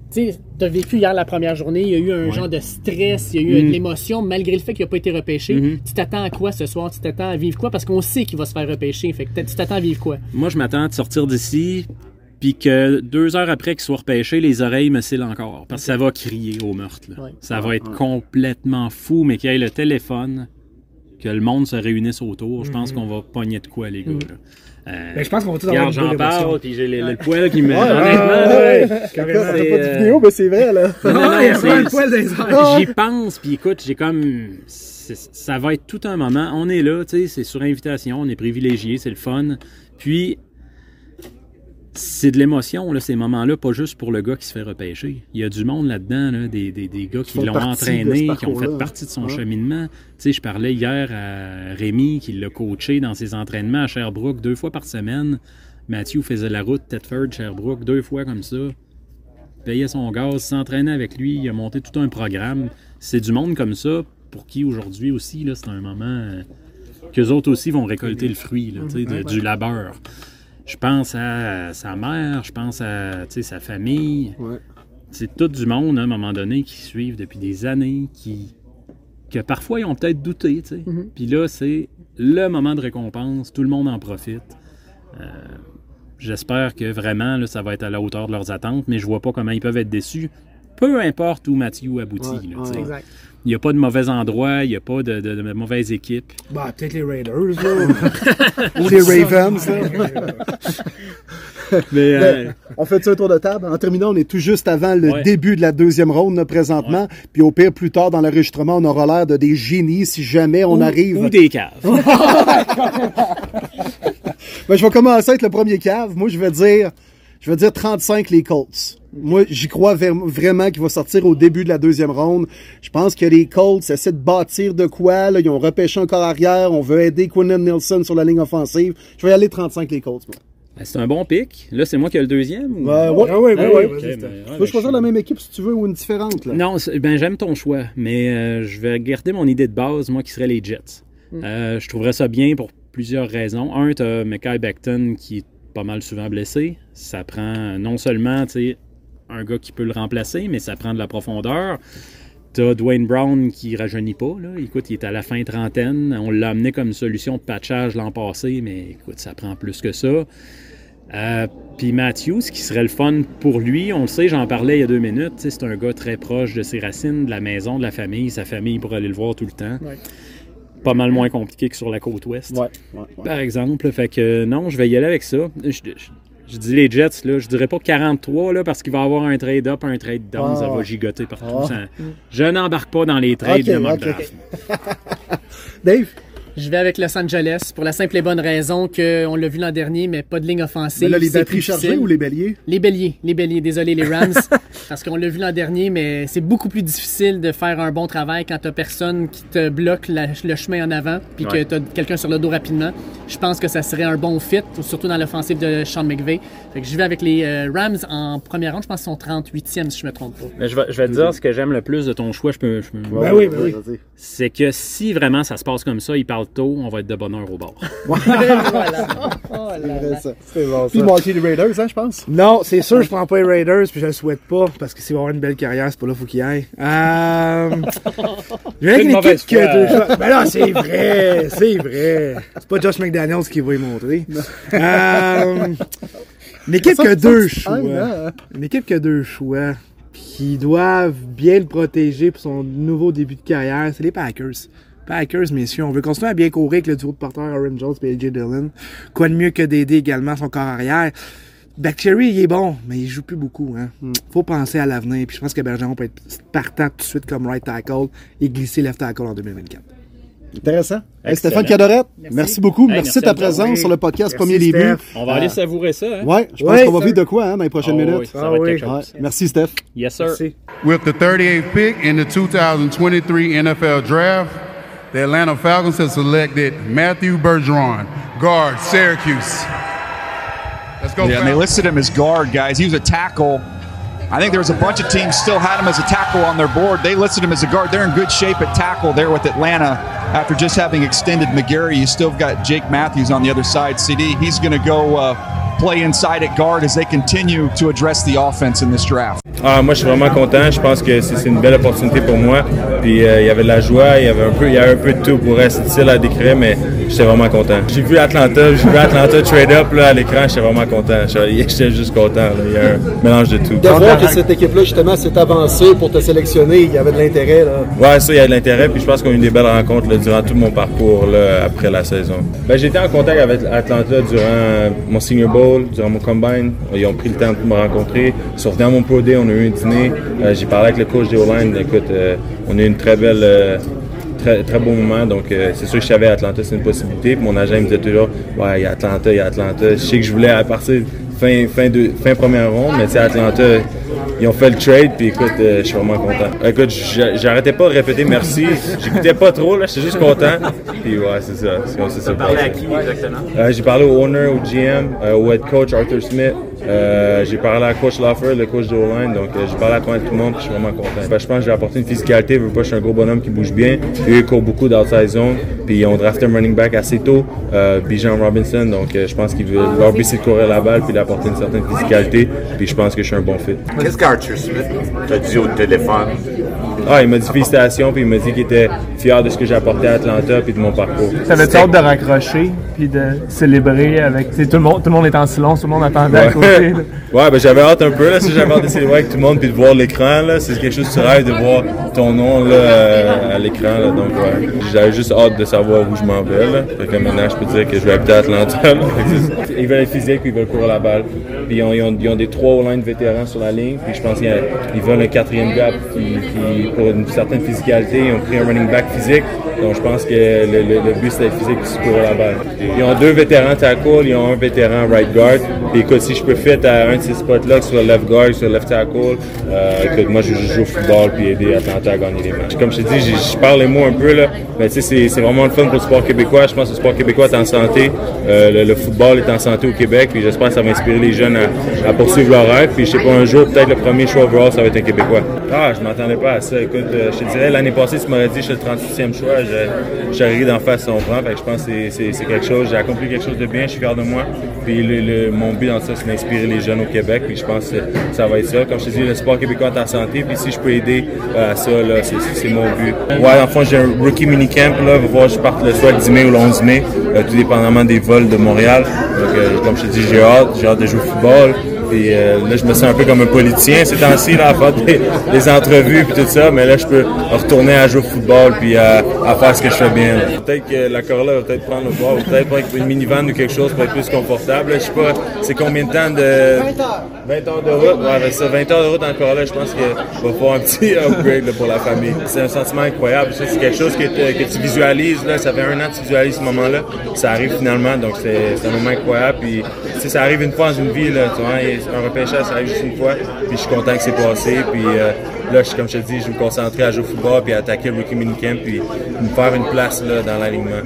Tu as vécu hier la première journée, il y a eu un genre de stress, il y a eu de l'émotion, malgré le fait qu'il n'a pas été repêché. Tu t'attends à quoi ce soir? Tu t'attends à vivre quoi? Parce qu'on sait qu'il va se faire repêcher. Fait que tu t'attends à vivre quoi? Moi, je m'attends à sortir d'ici, puis que 2 heures après qu'il soit repêché, les oreilles me cillent encore. Parce que ça va crier au meurtre. Là. Ouais. Ça va être complètement fou, mais qu'il y ait le téléphone, que le monde se réunisse autour. Je pense qu'on va pogner de quoi, les gars. Là. Mais je pense qu'on va tous avoir une j'en parle, puis j'ai le poil qui me... Honnêtement, t'as pas de vidéo, mais c'est vrai, là. Il y a pas le poil des airs. J'y pense, puis écoute, j'ai comme... Ça va être tout un moment. On est là, tu sais, c'est sur invitation, on est privilégiés, c'est le fun. Puis, c'est de l'émotion, là, ces moments-là, pas juste pour le gars qui se fait repêcher. Il y a du monde là-dedans, là, des gars qui l'ont entraîné, qui ont fait partie de son cheminement. Tu sais, je parlais hier à Rémi, qui l'a coaché dans ses entraînements à Sherbrooke 2 fois par semaine. Matthew faisait la route Thetford-Sherbrooke 2 fois comme ça. Payait son gaz, s'entraînait avec lui, il a monté tout un programme. C'est du monde comme ça, pour qui aujourd'hui aussi, là, c'est un moment qu'eux autres aussi vont récolter le fruit là, du labeur. Je pense à sa mère, je pense à sa famille. Ouais. C'est tout du monde, à un moment donné, qui suivent depuis des années, que parfois ils ont peut-être douté. Puis là, c'est le moment de récompense, tout le monde en profite. J'espère que vraiment, là, ça va être à la hauteur de leurs attentes, mais je vois pas comment ils peuvent être déçus, peu importe où Matthew aboutit. Ouais, là, exact. Il n'y a pas de mauvais endroit, il n'y a pas de mauvaise équipe. Bah, peut-être les Raiders, là. Ou les Ravens, Mais on fait un tour de table. En terminant, on est tout juste avant le début de la deuxième ronde, là, présentement. Ouais. Puis au pire, plus tard dans l'enregistrement, on aura l'air de des génies si jamais on arrive... Ou des caves. Ben, je vais commencer avec le premier cave. Moi, je vais dire 35 les Colts. Moi, j'y crois vraiment qu'il va sortir au début de la deuxième ronde. Je pense que les Colts essaient de bâtir de quoi. Là. Ils ont repêché encore arrière. On veut aider Quinton Nelson sur la ligne offensive. Je vais y aller 35 les Colts, moi. C'est un bon pick. Là, c'est moi qui ai le deuxième. Ou... Oui. Tu peux choisir la même équipe si tu veux ou une différente. Là. Non, j'aime ton choix. Mais je vais garder mon idée de base, moi, qui serait les Jets. Je trouverais ça bien pour plusieurs raisons. Un, tu as Mekhi Becton qui est pas mal souvent blessé. Ça prend non seulement un gars qui peut le remplacer, mais ça prend de la profondeur. T'as Dwayne Brown qui rajeunit pas. Là. Écoute, il est à la fin trentaine. On l'a amené comme solution de patchage l'an passé, mais écoute, ça prend plus que ça. Puis Matthew, ce qui serait le fun pour lui, on le sait, j'en parlais il y a 2 minutes, c'est un gars très proche de ses racines, de la maison, de la famille. Sa famille pourrait aller le voir tout le temps. Ouais. Pas mal moins compliqué que sur la côte ouest, par exemple. Fait que non, je vais y aller avec ça. Je dis les Jets, là, je dirais pas 43, là, parce qu'il va y avoir un trade-up, un trade-down, ça va gigoter partout. Ça, je n'embarque pas dans les trades de mock draft. Dave? Je vais avec Los Angeles pour la simple et bonne raison qu'on l'a vu l'an dernier, mais pas de ligne offensive. Mais là, les batteries chargées ou les béliers? Les béliers. Désolé, les Rams. Parce qu'on l'a vu l'an dernier, mais c'est beaucoup plus difficile de faire un bon travail quand t'as personne qui te bloque le chemin en avant puis que t'as quelqu'un sur le dos rapidement. Je pense que ça serait un bon fit, surtout dans l'offensive de Sean McVay. Fait que je vais avec les Rams en première ronde. Je pense qu'ils sont 38e, si je me trompe pas. Mais je vais te dire ce que j'aime le plus de ton choix. Ben oui. C'est que si vraiment ça se passe comme ça, il parle tôt, on va être de bonne heure au bord. C'est bon, ça. Puis manquer les Raiders, hein, je pense? Non, c'est sûr, je prends pas les Raiders, puis je le souhaite pas, parce que s'il va avoir une belle carrière, c'est pas là qu'il faut qu'il aille. Je vais avec une équipe qui a 2 choix. Ben là, c'est vrai. C'est pas Josh McDaniels qui va y montrer. Une équipe qui a 2 choix. Une équipe qui a 2 choix, qui doivent bien le protéger pour son nouveau début de carrière, c'est les Packers. Packers, messieurs, on veut continuer à bien courir avec le duo de porteurs Aaron Jones et AJ Dillon. Quoi de mieux que d'aider également son corps arrière. Bakhtiari, il est bon, mais il joue plus beaucoup. Faut penser à l'avenir. Puis je pense que Bergeron peut être partant tout de suite comme right tackle et glisser left tackle en 2024. Intéressant. Hey, Stéphane Cadorette, merci beaucoup. Merci de ta présence sur le podcast Premier Début. On va aller savourer ça. Hein? Ouais, je pense qu'on va vivre de quoi dans les prochaines minutes. Oui, ça va être quelque chose. Merci, Steph. Yes, sir. Merci. With the 38th pick in the 2023 NFL Draft, the Atlanta Falcons have selected Matthew Bergeron, guard, Syracuse. Let's go. Yeah, and they listed him as guard, guys. He was a tackle. I think there was a bunch of teams still had him as a tackle on their board. They listed him as a guard. They're in good shape at tackle there with Atlanta. After just having extended McGarry, you still got Jake Matthews on the other side. CD, he's going to go play inside at guard as they continue to address the offense in this draft. Moi, je suis vraiment content. Je pense que c'est une belle opportunité pour moi. Puis il y avait de la joie, il y avait un peu de tout. Pour être difficile à décrire, mais j'étais vraiment content. J'ai vu Atlanta trade up là, à l'écran. J'étais vraiment content. J'étais juste content. Là. Il y a un mélange de tout. De voir que cette équipe-là, justement, s'est avancée pour te sélectionner, il y avait de l'intérêt. Ouais, ça, il y a de l'intérêt. Puis je pense qu'on a eu des belles rencontres là, durant tout mon parcours là, après la saison. J'étais en contact avec Atlanta durant mon Senior Bowl, durant mon Combine. Ils ont pris le temps de me rencontrer. Ils sont venus à mon Pro Day, on a eu un dîner. J'ai parlé avec le coach des O-line. Écoute, on a eu une très belle... Très beau moment, donc c'est sûr que je savais Atlanta c'est une possibilité. Puis mon agent me disait toujours ouais, il y a Atlanta. Je sais que je voulais à partir fin première ronde, mais tu sais, Atlanta, ils ont fait le trade, puis écoute, je suis vraiment content. Écoute, j'arrêtais pas de répéter merci, j'écoutais pas trop, là, j'étais juste content. Puis ouais, c'est ça. Tu as parlé à qui exactement? J'ai parlé au owner, au GM, au head coach Arthur Smith. J'ai parlé à coach Laffer, le coach de O-line, donc j'ai parlé à tout le monde, puis je suis vraiment content. Je pense que j'ai apporté une physicalité, je suis un gros bonhomme qui bouge bien. Puis eux, ils courent beaucoup d'outside zone, puis ils ont drafté un running back assez tôt, Bijan Robinson, donc je pense qu'ils veulent leur but c'est de courir la balle puis d'apporter une certaine physicalité, puis je pense que je suis un bon fit. Qu'est-ce qu'Arthur Smith t'a dit au téléphone? Il m'a dit félicitations, puis il m'a dit qu'il était fier de ce que j'ai apporté à Atlanta puis de mon parcours. T'avais-tu hâte de raccrocher puis de célébrer avec tout le monde est en silence, tout le monde attendait à côté. Ouais, j'avais hâte un peu là, si j'avais hâte de célébrer avec tout le monde puis de voir l'écran là, c'est quelque chose que tu rêves de voir ton nom là à l'écran là, donc ouais. J'avais juste hâte de savoir où je m'en vais là. Fait que maintenant je peux dire que je vais habiter à Atlanta là. Ils veulent être physiques puis ils veulent courir la balle. Puis ils ont des 3 O-line vétérans sur la ligne, puis je pense qu'ils veulent un 4e gars qui pour une certaine physicalité, ils ont pris un running back physique. Donc je pense que le but c'est d'être physique et de courir la balle. Ils ont 2 vétérans tackle, ils ont un vétéran right guard. Puis écoute, si je peux fit à un de ces spots-là, que ce soit left guard, soit left tackle, écoute, moi je joue au football puis aider Atlanta à gagner les matchs. Comme je te dis, je parle les mots un peu là, mais tu sais, c'est vraiment le fun pour le sport québécois. Je pense que le sport québécois est en santé, le football est en santé au Québec, puis j'espère que ça va inspirer les jeunes à poursuivre leur rêve. Puis je sais pas, un jour, peut-être le premier choix overall, ça va être un Québécois. Je m'attendais pas à ça. Écoute, je te dirais, l'année passée, tu m'aurais dit que je suis le 38e choix. J'aurais ri d'en face si on prend. Fait que je pense que c'est quelque chose. J'ai accompli quelque chose de bien, je suis fier de moi. Puis mon but dans ça, c'est d'inspirer les jeunes au Québec. Puis je pense que ça va être ça. Comme je te dis, le sport québécois est en santé. Puis si je peux aider à ça, là, c'est mon but. Ouais, en fond, j'ai un rookie minicamp. Là, va voir, je parte soit le 10 mai ou le 11 mai, tout dépendamment des vols de Montréal. Donc, comme je te dis, j'ai hâte de jouer au football. Puis là, je me sens un peu comme un politicien ces temps-ci, là, à faire des entrevues puis tout ça, mais là, je peux retourner à jouer au football puis à faire ce que je fais bien. Peut-être que la Corolla va peut-être prendre le bord, ou peut-être prendre une minivan ou quelque chose pour être plus confortable. Là, je sais pas, c'est combien de temps de... 20 heures de route. Ouais, avec ça, 20 heures de route en Corolla, je pense qu'il va faire un petit upgrade là, pour la famille. C'est un sentiment incroyable. C'est quelque chose que tu visualises, là, ça fait 1 an que tu visualises ce moment-là. Ça arrive finalement, donc c'est un moment incroyable. Puis, ça arrive une fois dans une vie, là, tu vois, un repêchage, ça arrive juste une fois, puis je suis content que c'est passé, puis là, comme je te dis, je vais me concentrer à jouer au football, puis à attaquer le Rookie Minicamp, puis me faire une place là, dans l'alignement.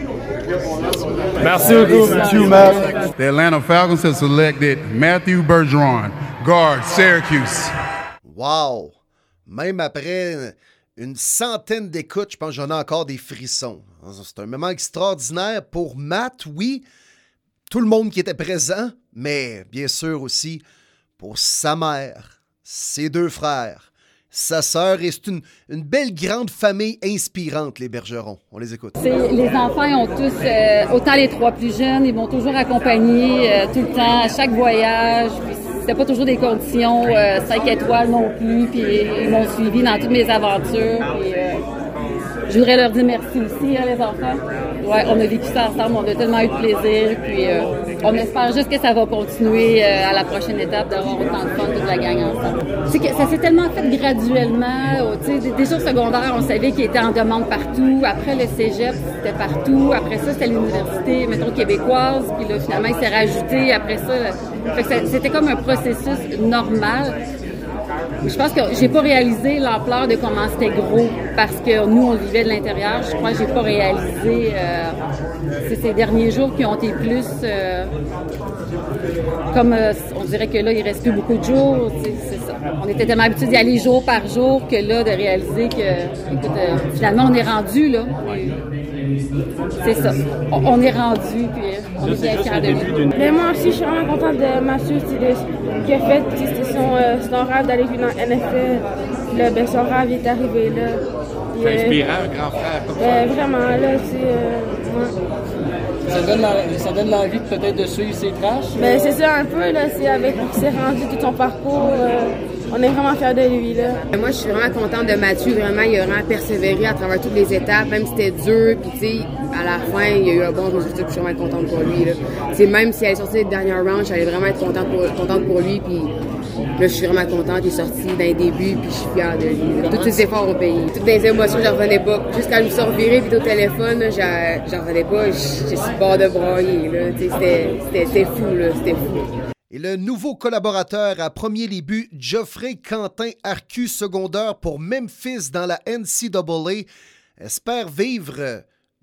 Merci beaucoup. Merci, Matt. The Atlanta Falcons have selected Matthew Bergeron, guard, Syracuse. Wow! Même après une centaine d'écoutes, je pense que j'en ai encore des frissons. C'est un moment extraordinaire pour Matt, oui, tout le monde qui était présent, mais bien sûr aussi pour sa mère, ses 2 frères, sa sœur, et c'est une belle grande famille inspirante, les Bergerons. On les écoute. Les enfants ont tous, autant les 3 plus jeunes, ils m'ont toujours accompagné tout le temps, à chaque voyage. Puis c'était pas toujours des conditions 5 étoiles non plus, puis ils m'ont suivi dans toutes mes aventures. Puis, je voudrais leur dire merci aussi, les enfants. Ouais, on a vécu ça ensemble, on a tellement eu de plaisir, puis on espère juste que ça va continuer à la prochaine étape, d'avoir autant de fun toute la gang ensemble. C'est que ça s'est tellement fait graduellement, tu sais, déjà au secondaire, on savait qu'il était en demande partout, après le cégep, c'était partout, après ça, c'était l'université, mettons, québécoise, puis là, finalement, il s'est rajouté après ça. Fait que c'était comme un processus normal. Je pense que j'ai pas réalisé l'ampleur de comment c'était gros parce que nous, on vivait de l'intérieur. Je crois que j'ai pas réalisé. C'est ces derniers jours qui ont été plus... comme on dirait que là, il reste plus beaucoup de jours. C'est ça. On était tellement habitués d'y aller jour par jour que là, de réaliser que, écoute, finalement, on est rendu là. c'est ça. On est rendu, puis on est bien fiers de lui. Mais moi aussi, je suis vraiment contente de Mathieu, ce qu'il a fait. C'était son rêve d'aller jouer dans la NFL. Puis là, ben, son rêve est arrivé là. C'est inspirant, un grand frère comme ça. Vraiment, là, c'est... Ça donne l'envie peut-être de suivre ses traces? Ben, c'est ça un peu, là. C'est avec qui s'est rendu tout son parcours. On est vraiment fiers de lui, là. Moi, je suis vraiment contente de Mathieu. Vraiment, il a vraiment persévéré à travers toutes les étapes, même si c'était dur. Puis, tu sais, à la fin, il y a eu un bon résultat. Puis, je suis vraiment contente pour lui, là. T'sais, même si elle est sortie des dernières rounds, j'allais vraiment être contente pour lui. Puis, là, je suis vraiment contente. Il est sorti d'un début, puis je suis fière de lui. Tous ses efforts ont payé. Toutes les émotions, j'en revenais pas. Juste quand je me suis revirée, puis au téléphone, j'en revenais pas. J'ai sur le bord de brailler, là. C'était fou, là. C'était fou. Et le nouveau collaborateur à premier les buts, Geoffrey Quentin Arcu, secondaire pour Memphis dans la NCAA, espère vivre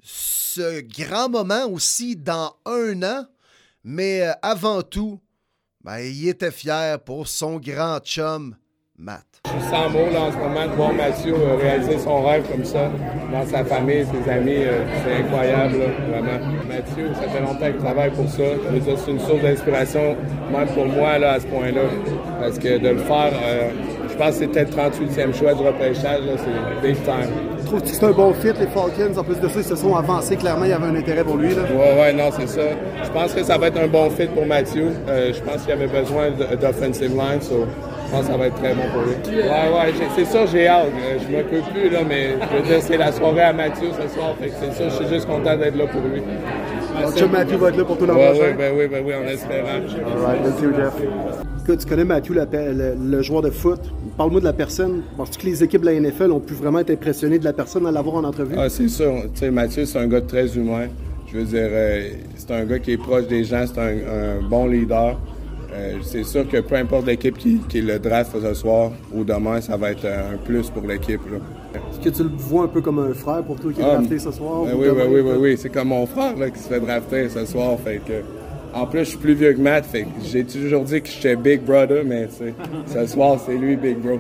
ce grand moment aussi dans 1 an. Mais avant tout, il était fier pour son grand chum, Matt. Je suis sans mots là, en ce moment de voir Mathieu réaliser son rêve comme ça, dans sa famille, ses amis, c'est incroyable, là, vraiment. Mathieu, ça fait longtemps qu'il travaille pour ça. Je veux dire, c'est une source d'inspiration, même pour moi, là, à ce point-là. Parce que de le faire, je pense que c'est peut-être 38e choix du repêchage, là, c'est big time. Trouves-tu que c'est un bon fit, les Falcons? En plus de ça, ils se sont avancés, clairement, il y avait un intérêt pour lui, là. Ouais, non, c'est ça. Je pense que ça va être un bon fit pour Mathieu. Je pense qu'il avait besoin d'offensive line, so je pense que ça va être très bon pour lui. Ouais, c'est ça, j'ai hâte. Je me peux plus, là, mais je veux dire, c'est la soirée à Mathieu ce soir, fait que c'est ça, je suis juste content d'être là pour lui. Mon chum Mathieu va être là pour tout l'an prochain? Oui, en espérant. All right, thank you, Jeff. Écoute, tu connais Mathieu, le joueur de foot. Parle-moi de la personne. Penses-tu que les équipes de la NFL ont pu vraiment être impressionnées de la personne à l'avoir en entrevue? Ah, c'est sûr. Tu sais, Mathieu, c'est un gars très humain. Je veux dire, c'est un gars qui est proche des gens, c'est un bon leader. C'est sûr que peu importe l'équipe qui le draft ce soir ou demain, ça va être un plus pour l'équipe, là. Est-ce que tu le vois un peu comme un frère pour toi qui est drafté ce soir? Oui. C'est comme mon frère là, qui se fait drafter ce soir. Fait que, en plus, je suis plus vieux que Matt. Fait que j'ai toujours dit que j'étais Big Brother, mais ce soir, c'est lui, Big Bro.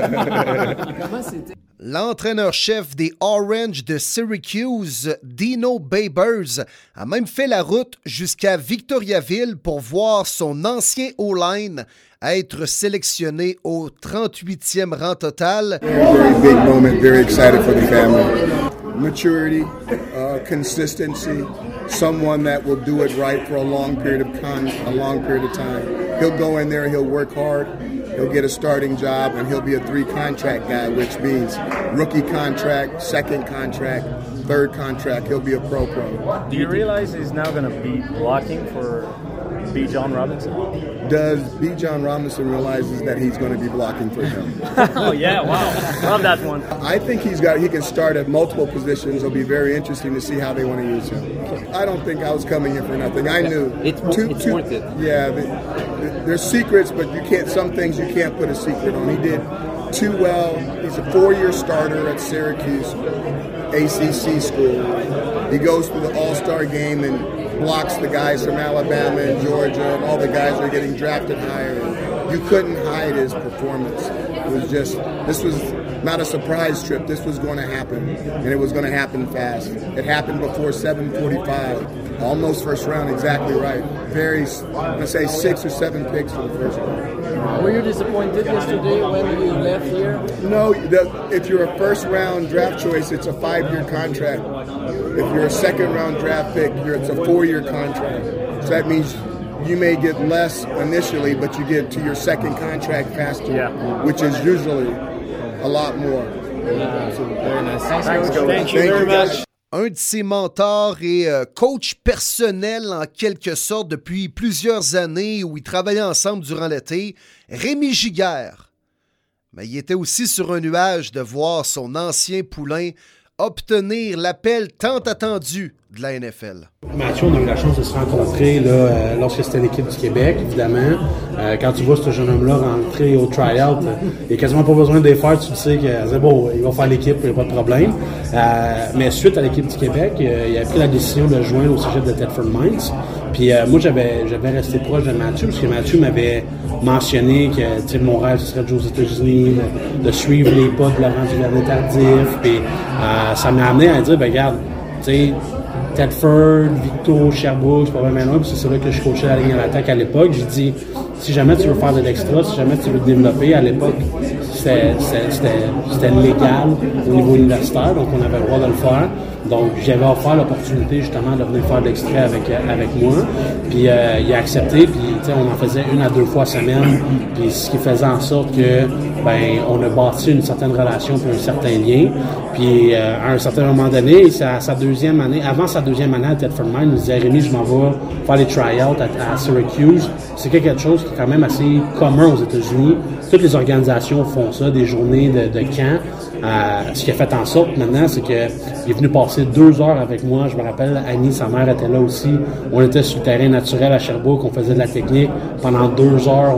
Comment c'était? L'entraîneur-chef des Orange de Syracuse, Dino Babers, a même fait la route jusqu'à Victoriaville pour voir son ancien O-line être sélectionné au 38e rang total. Very big moment, very excited for the family. Maturity, consistency, someone that will do it right for a long period of time. He'll go in there, he'll work hard. He'll get a starting job, and he'll be a 3-contract guy, which means rookie contract, second contract, third contract. He'll be a pro. Do you realize he's now going to be blocking for B. John Robinson? Does B. John Robinson realizes that he's going to be blocking for him? Oh, yeah, wow. Love that one. I think he can start at multiple positions. It'll be very interesting to see how they want to use him. I don't think I was coming here for nothing. I knew. It's worth it. Yeah, there's secrets, but some things you can't put a secret on. He did too well. He's a 4-year starter at Syracuse, ACC school. He goes through the All-Star game and blocks the guys from Alabama and Georgia, and all the guys are getting drafted higher. You couldn't hide his performance. This was not a surprise trip. This was going to happen, and it was going to happen fast. It happened before 7:45. Almost first round, exactly right. I'm going to say 6 or 7 picks for the first round. Were you disappointed yesterday when you left here? No, if you're a first-round draft choice, it's a 5-year contract. If you're a second-round draft pick, it's a 4-year contract. So that means you may get less initially, but you get to your second contract faster, which is usually a lot more. Very nice. Thanks, Coach. Thank you very much. Un de ses mentors et coach personnel en quelque sorte depuis plusieurs années où ils travaillaient ensemble durant l'été, Rémi Giguère. Mais il était aussi sur un nuage de voir son ancien poulain obtenir l'appel tant attendu de la NFL. Mathieu, on a eu la chance de se rencontrer là, lorsque c'était l'équipe du Québec, évidemment. Quand tu vois ce jeune homme-là rentrer au try-out, il n'y a quasiment pas besoin de les faire, tu le sais que c'est bon, il va faire l'équipe, il n'y a pas de problème. Mais suite à l'équipe du Québec, il a pris la décision de joindre au cégep de Thetford Mines. Puis moi, j'avais resté proche de Mathieu, parce que Mathieu m'avait mentionné que mon rêve, ce serait de jouer aux États-Unis, de suivre les pas de Laurent Duvernay-Tardif. Puis ça m'a amené à dire, regarde, sais, Tedford, Victo, Sherbrooke, c'est pas vraiment loin, puis c'est là que je coachais la ligne à l'attaque à l'époque. J'ai dit, si jamais tu veux faire de l'extra, si jamais tu veux te développer, à l'époque, c'était légal au niveau universitaire, donc on avait le droit de le faire. Donc, j'avais offert l'opportunité, justement, de venir faire de l'extrait avec moi. Puis, il a accepté, puis, tu sais, on en faisait 1 à 2 fois semaine. Puis, ce qui faisait en sorte que, ben, on a bâti une certaine relation puis un certain lien. Puis, à un certain moment donné, à sa deuxième année, avant sa deuxième année à Thetford Mines, il me disait, Rémi, je m'en vais faire les try-outs à Syracuse. C'est quelque chose qui est quand même assez commun aux États-Unis. Toutes les organisations font ça, des journées de camp. Ce qui a fait en sorte maintenant, c'est qu'il est venu passer 2 heures avec moi. Je me rappelle, Annie, sa mère, était là aussi. On était sur le terrain naturel à Sherbrooke, on faisait de la technique. Pendant 2 heures,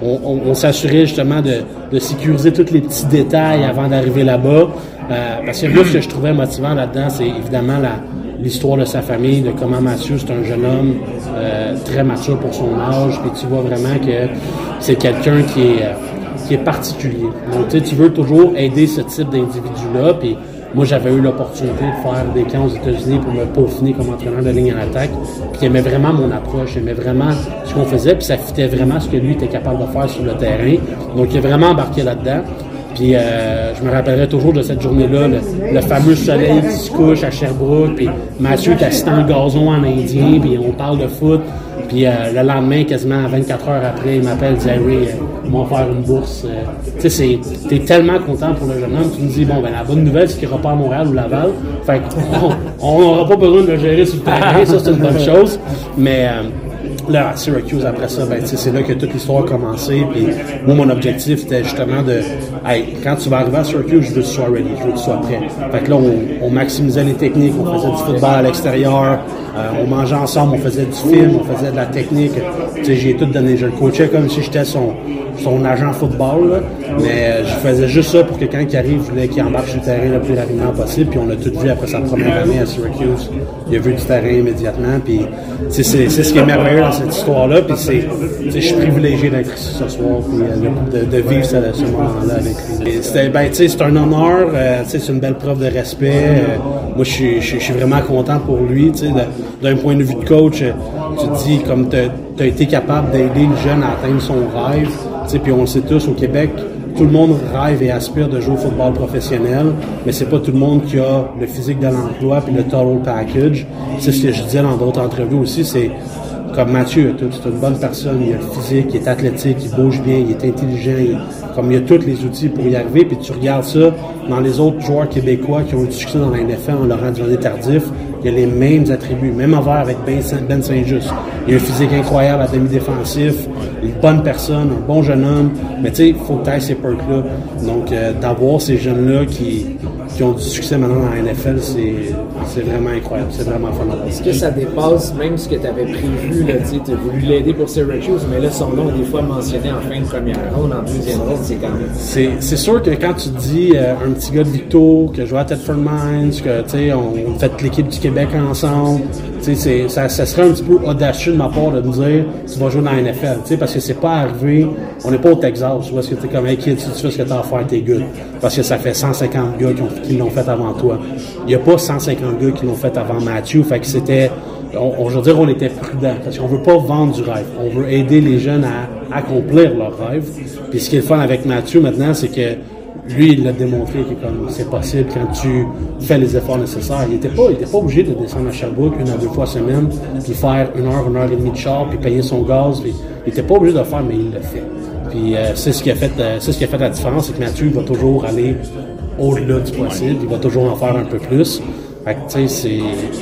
on s'assurait justement de sécuriser tous les petits détails avant d'arriver là-bas. Parce que moi, ce que je trouvais motivant là-dedans, c'est évidemment l'histoire de sa famille, de comment Mathieu, c'est un jeune homme très mature pour son âge. Puis tu vois vraiment que c'est quelqu'un qui est particulier. Donc, tu veux toujours aider ce type d'individu-là. Puis moi, j'avais eu l'opportunité de faire des camps aux États-Unis pour me peaufiner comme entraîneur de ligne à l'attaque. Puis il aimait vraiment mon approche, il aimait vraiment ce qu'on faisait, puis ça fitait vraiment ce que lui était capable de faire sur le terrain. Donc, il est vraiment embarqué là-dedans. Puis je me rappellerai toujours de cette journée-là, le fameux soleil qui se couche à Sherbrooke, puis Mathieu est assis dans le gazon en indien, puis on parle de foot. Puis le lendemain, quasiment 24 heures après, il m'appelle, il dit « Harry, ils vont faire une bourse. » Tu sais, t'es tellement content pour le jeune homme, tu me dis « Bon, ben la bonne nouvelle, c'est qu'il repart à Montréal ou Laval. » Fait qu'on n'aura pas besoin de le gérer sur le terrain, ça c'est une bonne chose. Mais là, à Syracuse, après ça, ben, c'est là que toute l'histoire a commencé. Puis moi, mon objectif, c'était justement de hey, quand tu vas arriver à Syracuse, je veux que tu sois ready, je veux que tu sois prêt. Fait que là, on maximisait les techniques, on faisait du football à l'extérieur, on mangeait ensemble, on faisait du film, on faisait de la technique. Tu sais, j'ai tout donné. Je le coachais comme si j'étais son agent football, là. Mais je faisais juste ça pour que quand il arrive, je voulais qu'il embarque sur le terrain le plus rapidement possible. Puis on a tout vu après sa première année à Syracuse. Il a vu du terrain immédiatement. Puis c'est ce qui est merveilleux dans cette histoire-là. Puis je suis privilégié d'être ici ce soir puis de vivre ce moment-là avec lui. C'est un honneur. C'est une belle preuve de respect. Moi, je suis vraiment content pour lui. D'un point de vue de coach, tu te dis comme tu as été capable d'aider le jeune à atteindre son rêve. Puis on le sait tous, au Québec, tout le monde rêve et aspire de jouer au football professionnel, mais c'est pas tout le monde qui a le physique de l'emploi puis le total package. C'est ce que je disais dans d'autres entrevues aussi, c'est comme Mathieu, c'est une bonne personne, il a le physique, il est athlétique, il bouge bien, il est intelligent, il a tous les outils pour y arriver, puis tu regardes ça dans les autres joueurs québécois qui ont eu du succès dans la NFL en Laurent Duvernay-Tardif, il y a les mêmes attributs, même envers avec Ben Saint-Just. Il a un physique incroyable à demi-défensif, une bonne personne, un bon jeune homme, mais tu sais, il faut que tu aies ces perks-là. Donc, d'avoir ces jeunes-là qui ont du succès maintenant dans la NFL, c'est vraiment incroyable, c'est vraiment fun. Est-ce que ça dépasse même ce que tu avais prévu, tu as voulu l'aider pour Syracuse, mais là, son nom est des fois mentionné en fin de première ronde, en deuxième ronde, c'est quand même... C'est sûr que quand tu dis un petit gars de Victo, que je joue à Thetford Mines, que, tu sais, on fait l'équipe du Québec ensemble, tu sais, ça serait un petit peu audacieux de ma part de me dire tu vas jouer dans la NFL, tu sais, parce que c'est pas arrivé, on n'est pas au Texas, tu vois, ce que t'es comme, hey kid, si tu fais ce que t'as à faire, t'es good. Parce que ça fait 150 gars qui l'ont fait avant toi. Il n'y a pas 150 gars qui l'ont fait avant Mathieu, fait que c'était, je veux dire, on était prudent, parce qu'on veut pas vendre du rêve, on veut aider les jeunes à accomplir leur rêve. Puis ce qui est le fun avec Mathieu maintenant, c'est que lui, il l'a démontré que comme c'est possible quand tu fais les efforts nécessaires. Il était pas obligé de descendre à Sherbrooke 1 à 2 fois semaine, puis faire 1 heure et demie de char, puis payer son gaz. Puis, il était pas obligé de le faire, mais il l'a fait. Puis c'est ce qui a fait la différence, c'est que Mathieu va toujours aller au-delà du possible, il va toujours en faire un peu plus. Fait que tu sais,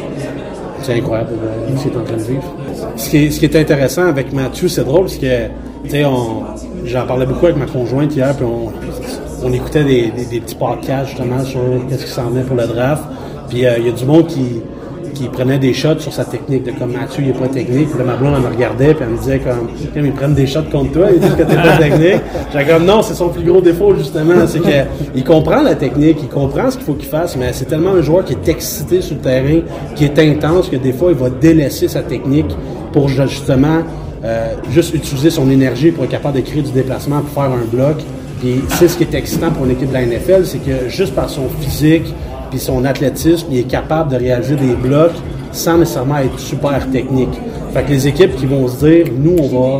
c'est incroyable ce qu'il est en train de vivre. Ce qui est intéressant avec Mathieu, c'est drôle, parce que tu sais, j'en parlais beaucoup avec ma conjointe hier, puis on écoutait des petits podcasts justement sur qu'est-ce qui s'en venait pour le draft. Puis il y a du monde qui prenait des shots sur sa technique, de comme Mathieu, il est pas technique. Puis là, ma blonde, elle me regardait, puis elle me disait comme ils prennent des shots contre toi, ils disent que t'es pas technique. J'étais comme non, c'est son plus gros défaut justement, c'est qu'il comprend la technique, il comprend ce qu'il faut qu'il fasse, mais c'est tellement un joueur qui est excité sur le terrain, qui est intense, que des fois, il va délaisser sa technique pour justement juste utiliser son énergie pour être capable de créer du déplacement pour faire un bloc. Puis c'est ce qui est excitant pour une équipe de la NFL, c'est que juste par son physique, puis son athlétisme, il est capable de réaliser des blocs sans nécessairement être super technique. Fait que les équipes qui vont se dire, nous,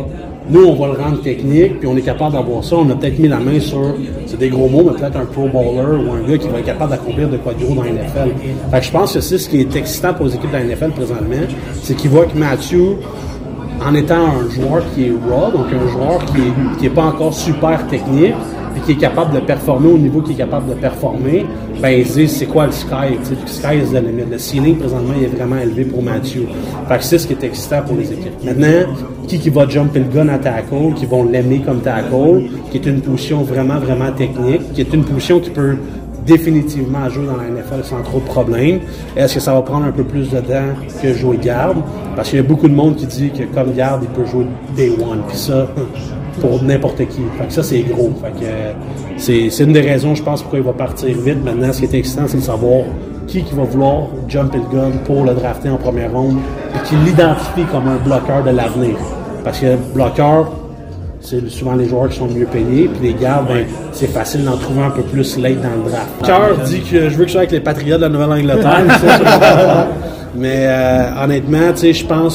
on va le rendre technique, puis on est capable d'avoir ça. On a peut-être mis la main sur, c'est des gros mots, mais peut-être un pro bowler ou un gars qui va être capable d'accomplir de quoi de gros dans la NFL. Fait que je pense que c'est ce qui est excitant pour les équipes de la NFL présentement, c'est qu'ils voient que Matthew, en étant un joueur qui est raw, donc un joueur qui est pas encore super technique, puis qui est capable de performer au niveau qu'il est capable de performer, ben ils se disent c'est quoi le sky, tu sais, le sky is the limit. Le ceiling présentement il est vraiment élevé pour Matthew. Fait que c'est ce qui est excitant pour les équipes. Maintenant, qui va jumper le gun à tackle, qui vont l'aimer comme tackle, qui est une position vraiment, vraiment technique, qui est une position qui peut définitivement jouer dans la NFL sans trop de problèmes. Est-ce que ça va prendre un peu plus de temps que jouer garde? Parce qu'il y a beaucoup de monde qui dit que comme garde, il peut jouer day one. Puis ça, pour n'importe qui. Fait que ça, c'est gros. Fait que c'est une des raisons, je pense, pourquoi il va partir vite. Maintenant, ce qui est excitant, c'est de savoir qui va vouloir jumper le gun pour le drafter en première ronde et qui l'identifie comme un bloqueur de l'avenir. Parce que bloqueur, c'est souvent les joueurs qui sont mieux payés, puis les gardes, ben, c'est facile d'en trouver un peu plus late dans le draft. Cœur dit que je veux que je sois avec les Patriots de la Nouvelle-Angleterre. Mais honnêtement, tu sais, je pense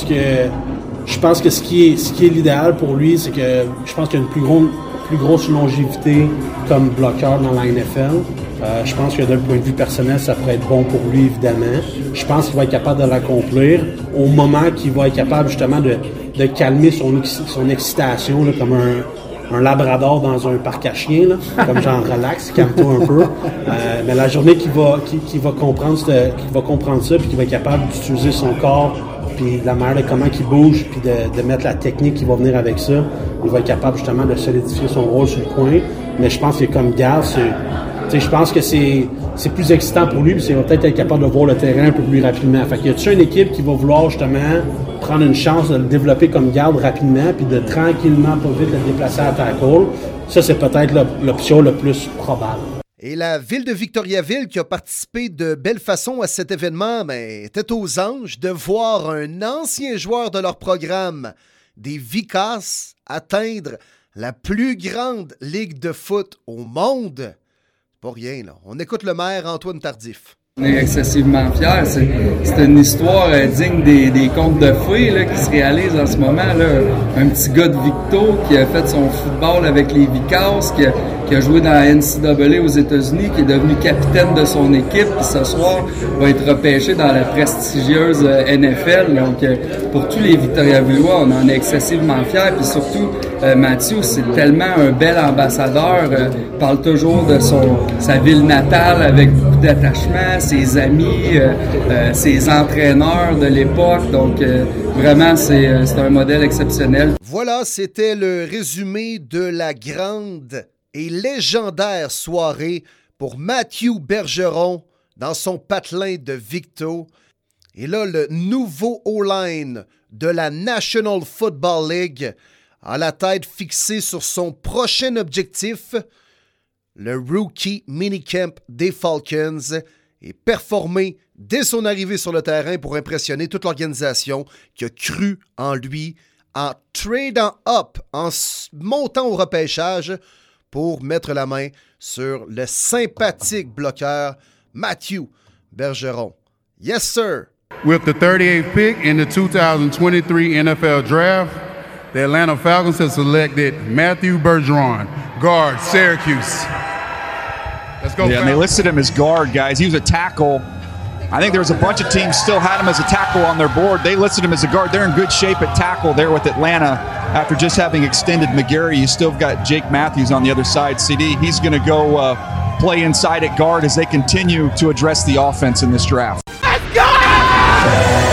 que ce qui est l'idéal pour lui, c'est que je pense qu'il y a une plus grosse longévité comme bloqueur dans la NFL. Je pense que d'un point de vue personnel, ça pourrait être bon pour lui, évidemment. Je pense qu'il va être capable de l'accomplir au moment qu'il va être capable justement de calmer son excitation, là, comme un labrador dans un parc à chiens, là, comme genre relax, calme-toi un peu. Mais la journée qu'il va comprendre ça, puis qu'il va être capable d'utiliser son corps, puis la manière de comment il bouge, puis de mettre la technique qui va venir avec ça, il va être capable justement de solidifier son rôle sur le point. Mais je pense que comme garde, je pense que c'est plus excitant pour lui, puis il va peut-être être capable de voir le terrain un peu plus rapidement. Fait qu'il y a-tu une équipe qui va vouloir justement prendre une chance de le développer comme garde rapidement, puis de tranquillement, pas vite, le déplacer à tackle? Ça, c'est peut-être l'option la plus probable. Et la ville de Victoriaville, qui a participé de belle façon à cet événement, était aux anges de voir un ancien joueur de leur programme, des Vicas, atteindre la plus grande ligue de foot au monde. Pas rien, là. On écoute le maire Antoine Tardif. On est excessivement fiers. C'est une histoire digne des contes de fées là, qui se réalisent en ce moment. Là. Un petit gars de Victo qui a fait son football avec les Vicars, qui a joué dans la NCAA aux États-Unis, qui est devenu capitaine de son équipe, puis ce soir va être repêché dans la prestigieuse NFL. Donc, pour tous les Victoriavillois, on en est excessivement fiers. Puis surtout, Matthew, c'est tellement un bel ambassadeur. Parle toujours de sa ville natale avec beaucoup d'attachement, ses amis, ses entraîneurs de l'époque. Donc, vraiment, c'est un modèle exceptionnel. Voilà, c'était le résumé de la grande et légendaire soirée pour Matthew Bergeron dans son patelin de Victo. Et là, le nouveau O-line de la National Football League a la tête fixée sur son prochain objectif, le Rookie Minicamp des Falcons, et performer dès son arrivée sur le terrain pour impressionner toute l'organisation qui a cru en lui en tradant up, en montant au repêchage pour mettre la main sur le sympathique bloqueur Matthew Bergeron. Yes, sir! With the 38th pick in the 2023 NFL Draft, the Atlanta Falcons have selected Matthew Bergeron, guard, Syracuse. Let's go. Yeah, and they listed him as guard, guys. He was a tackle. I think there was a bunch of teams still had him as a tackle on their board. They listed him as a guard. They're in good shape at tackle there with Atlanta. After just having extended McGarry, you still got Jake Matthews on the other side. CD, he's going to go play inside at guard as they continue to address the offense in this draft. Let's go!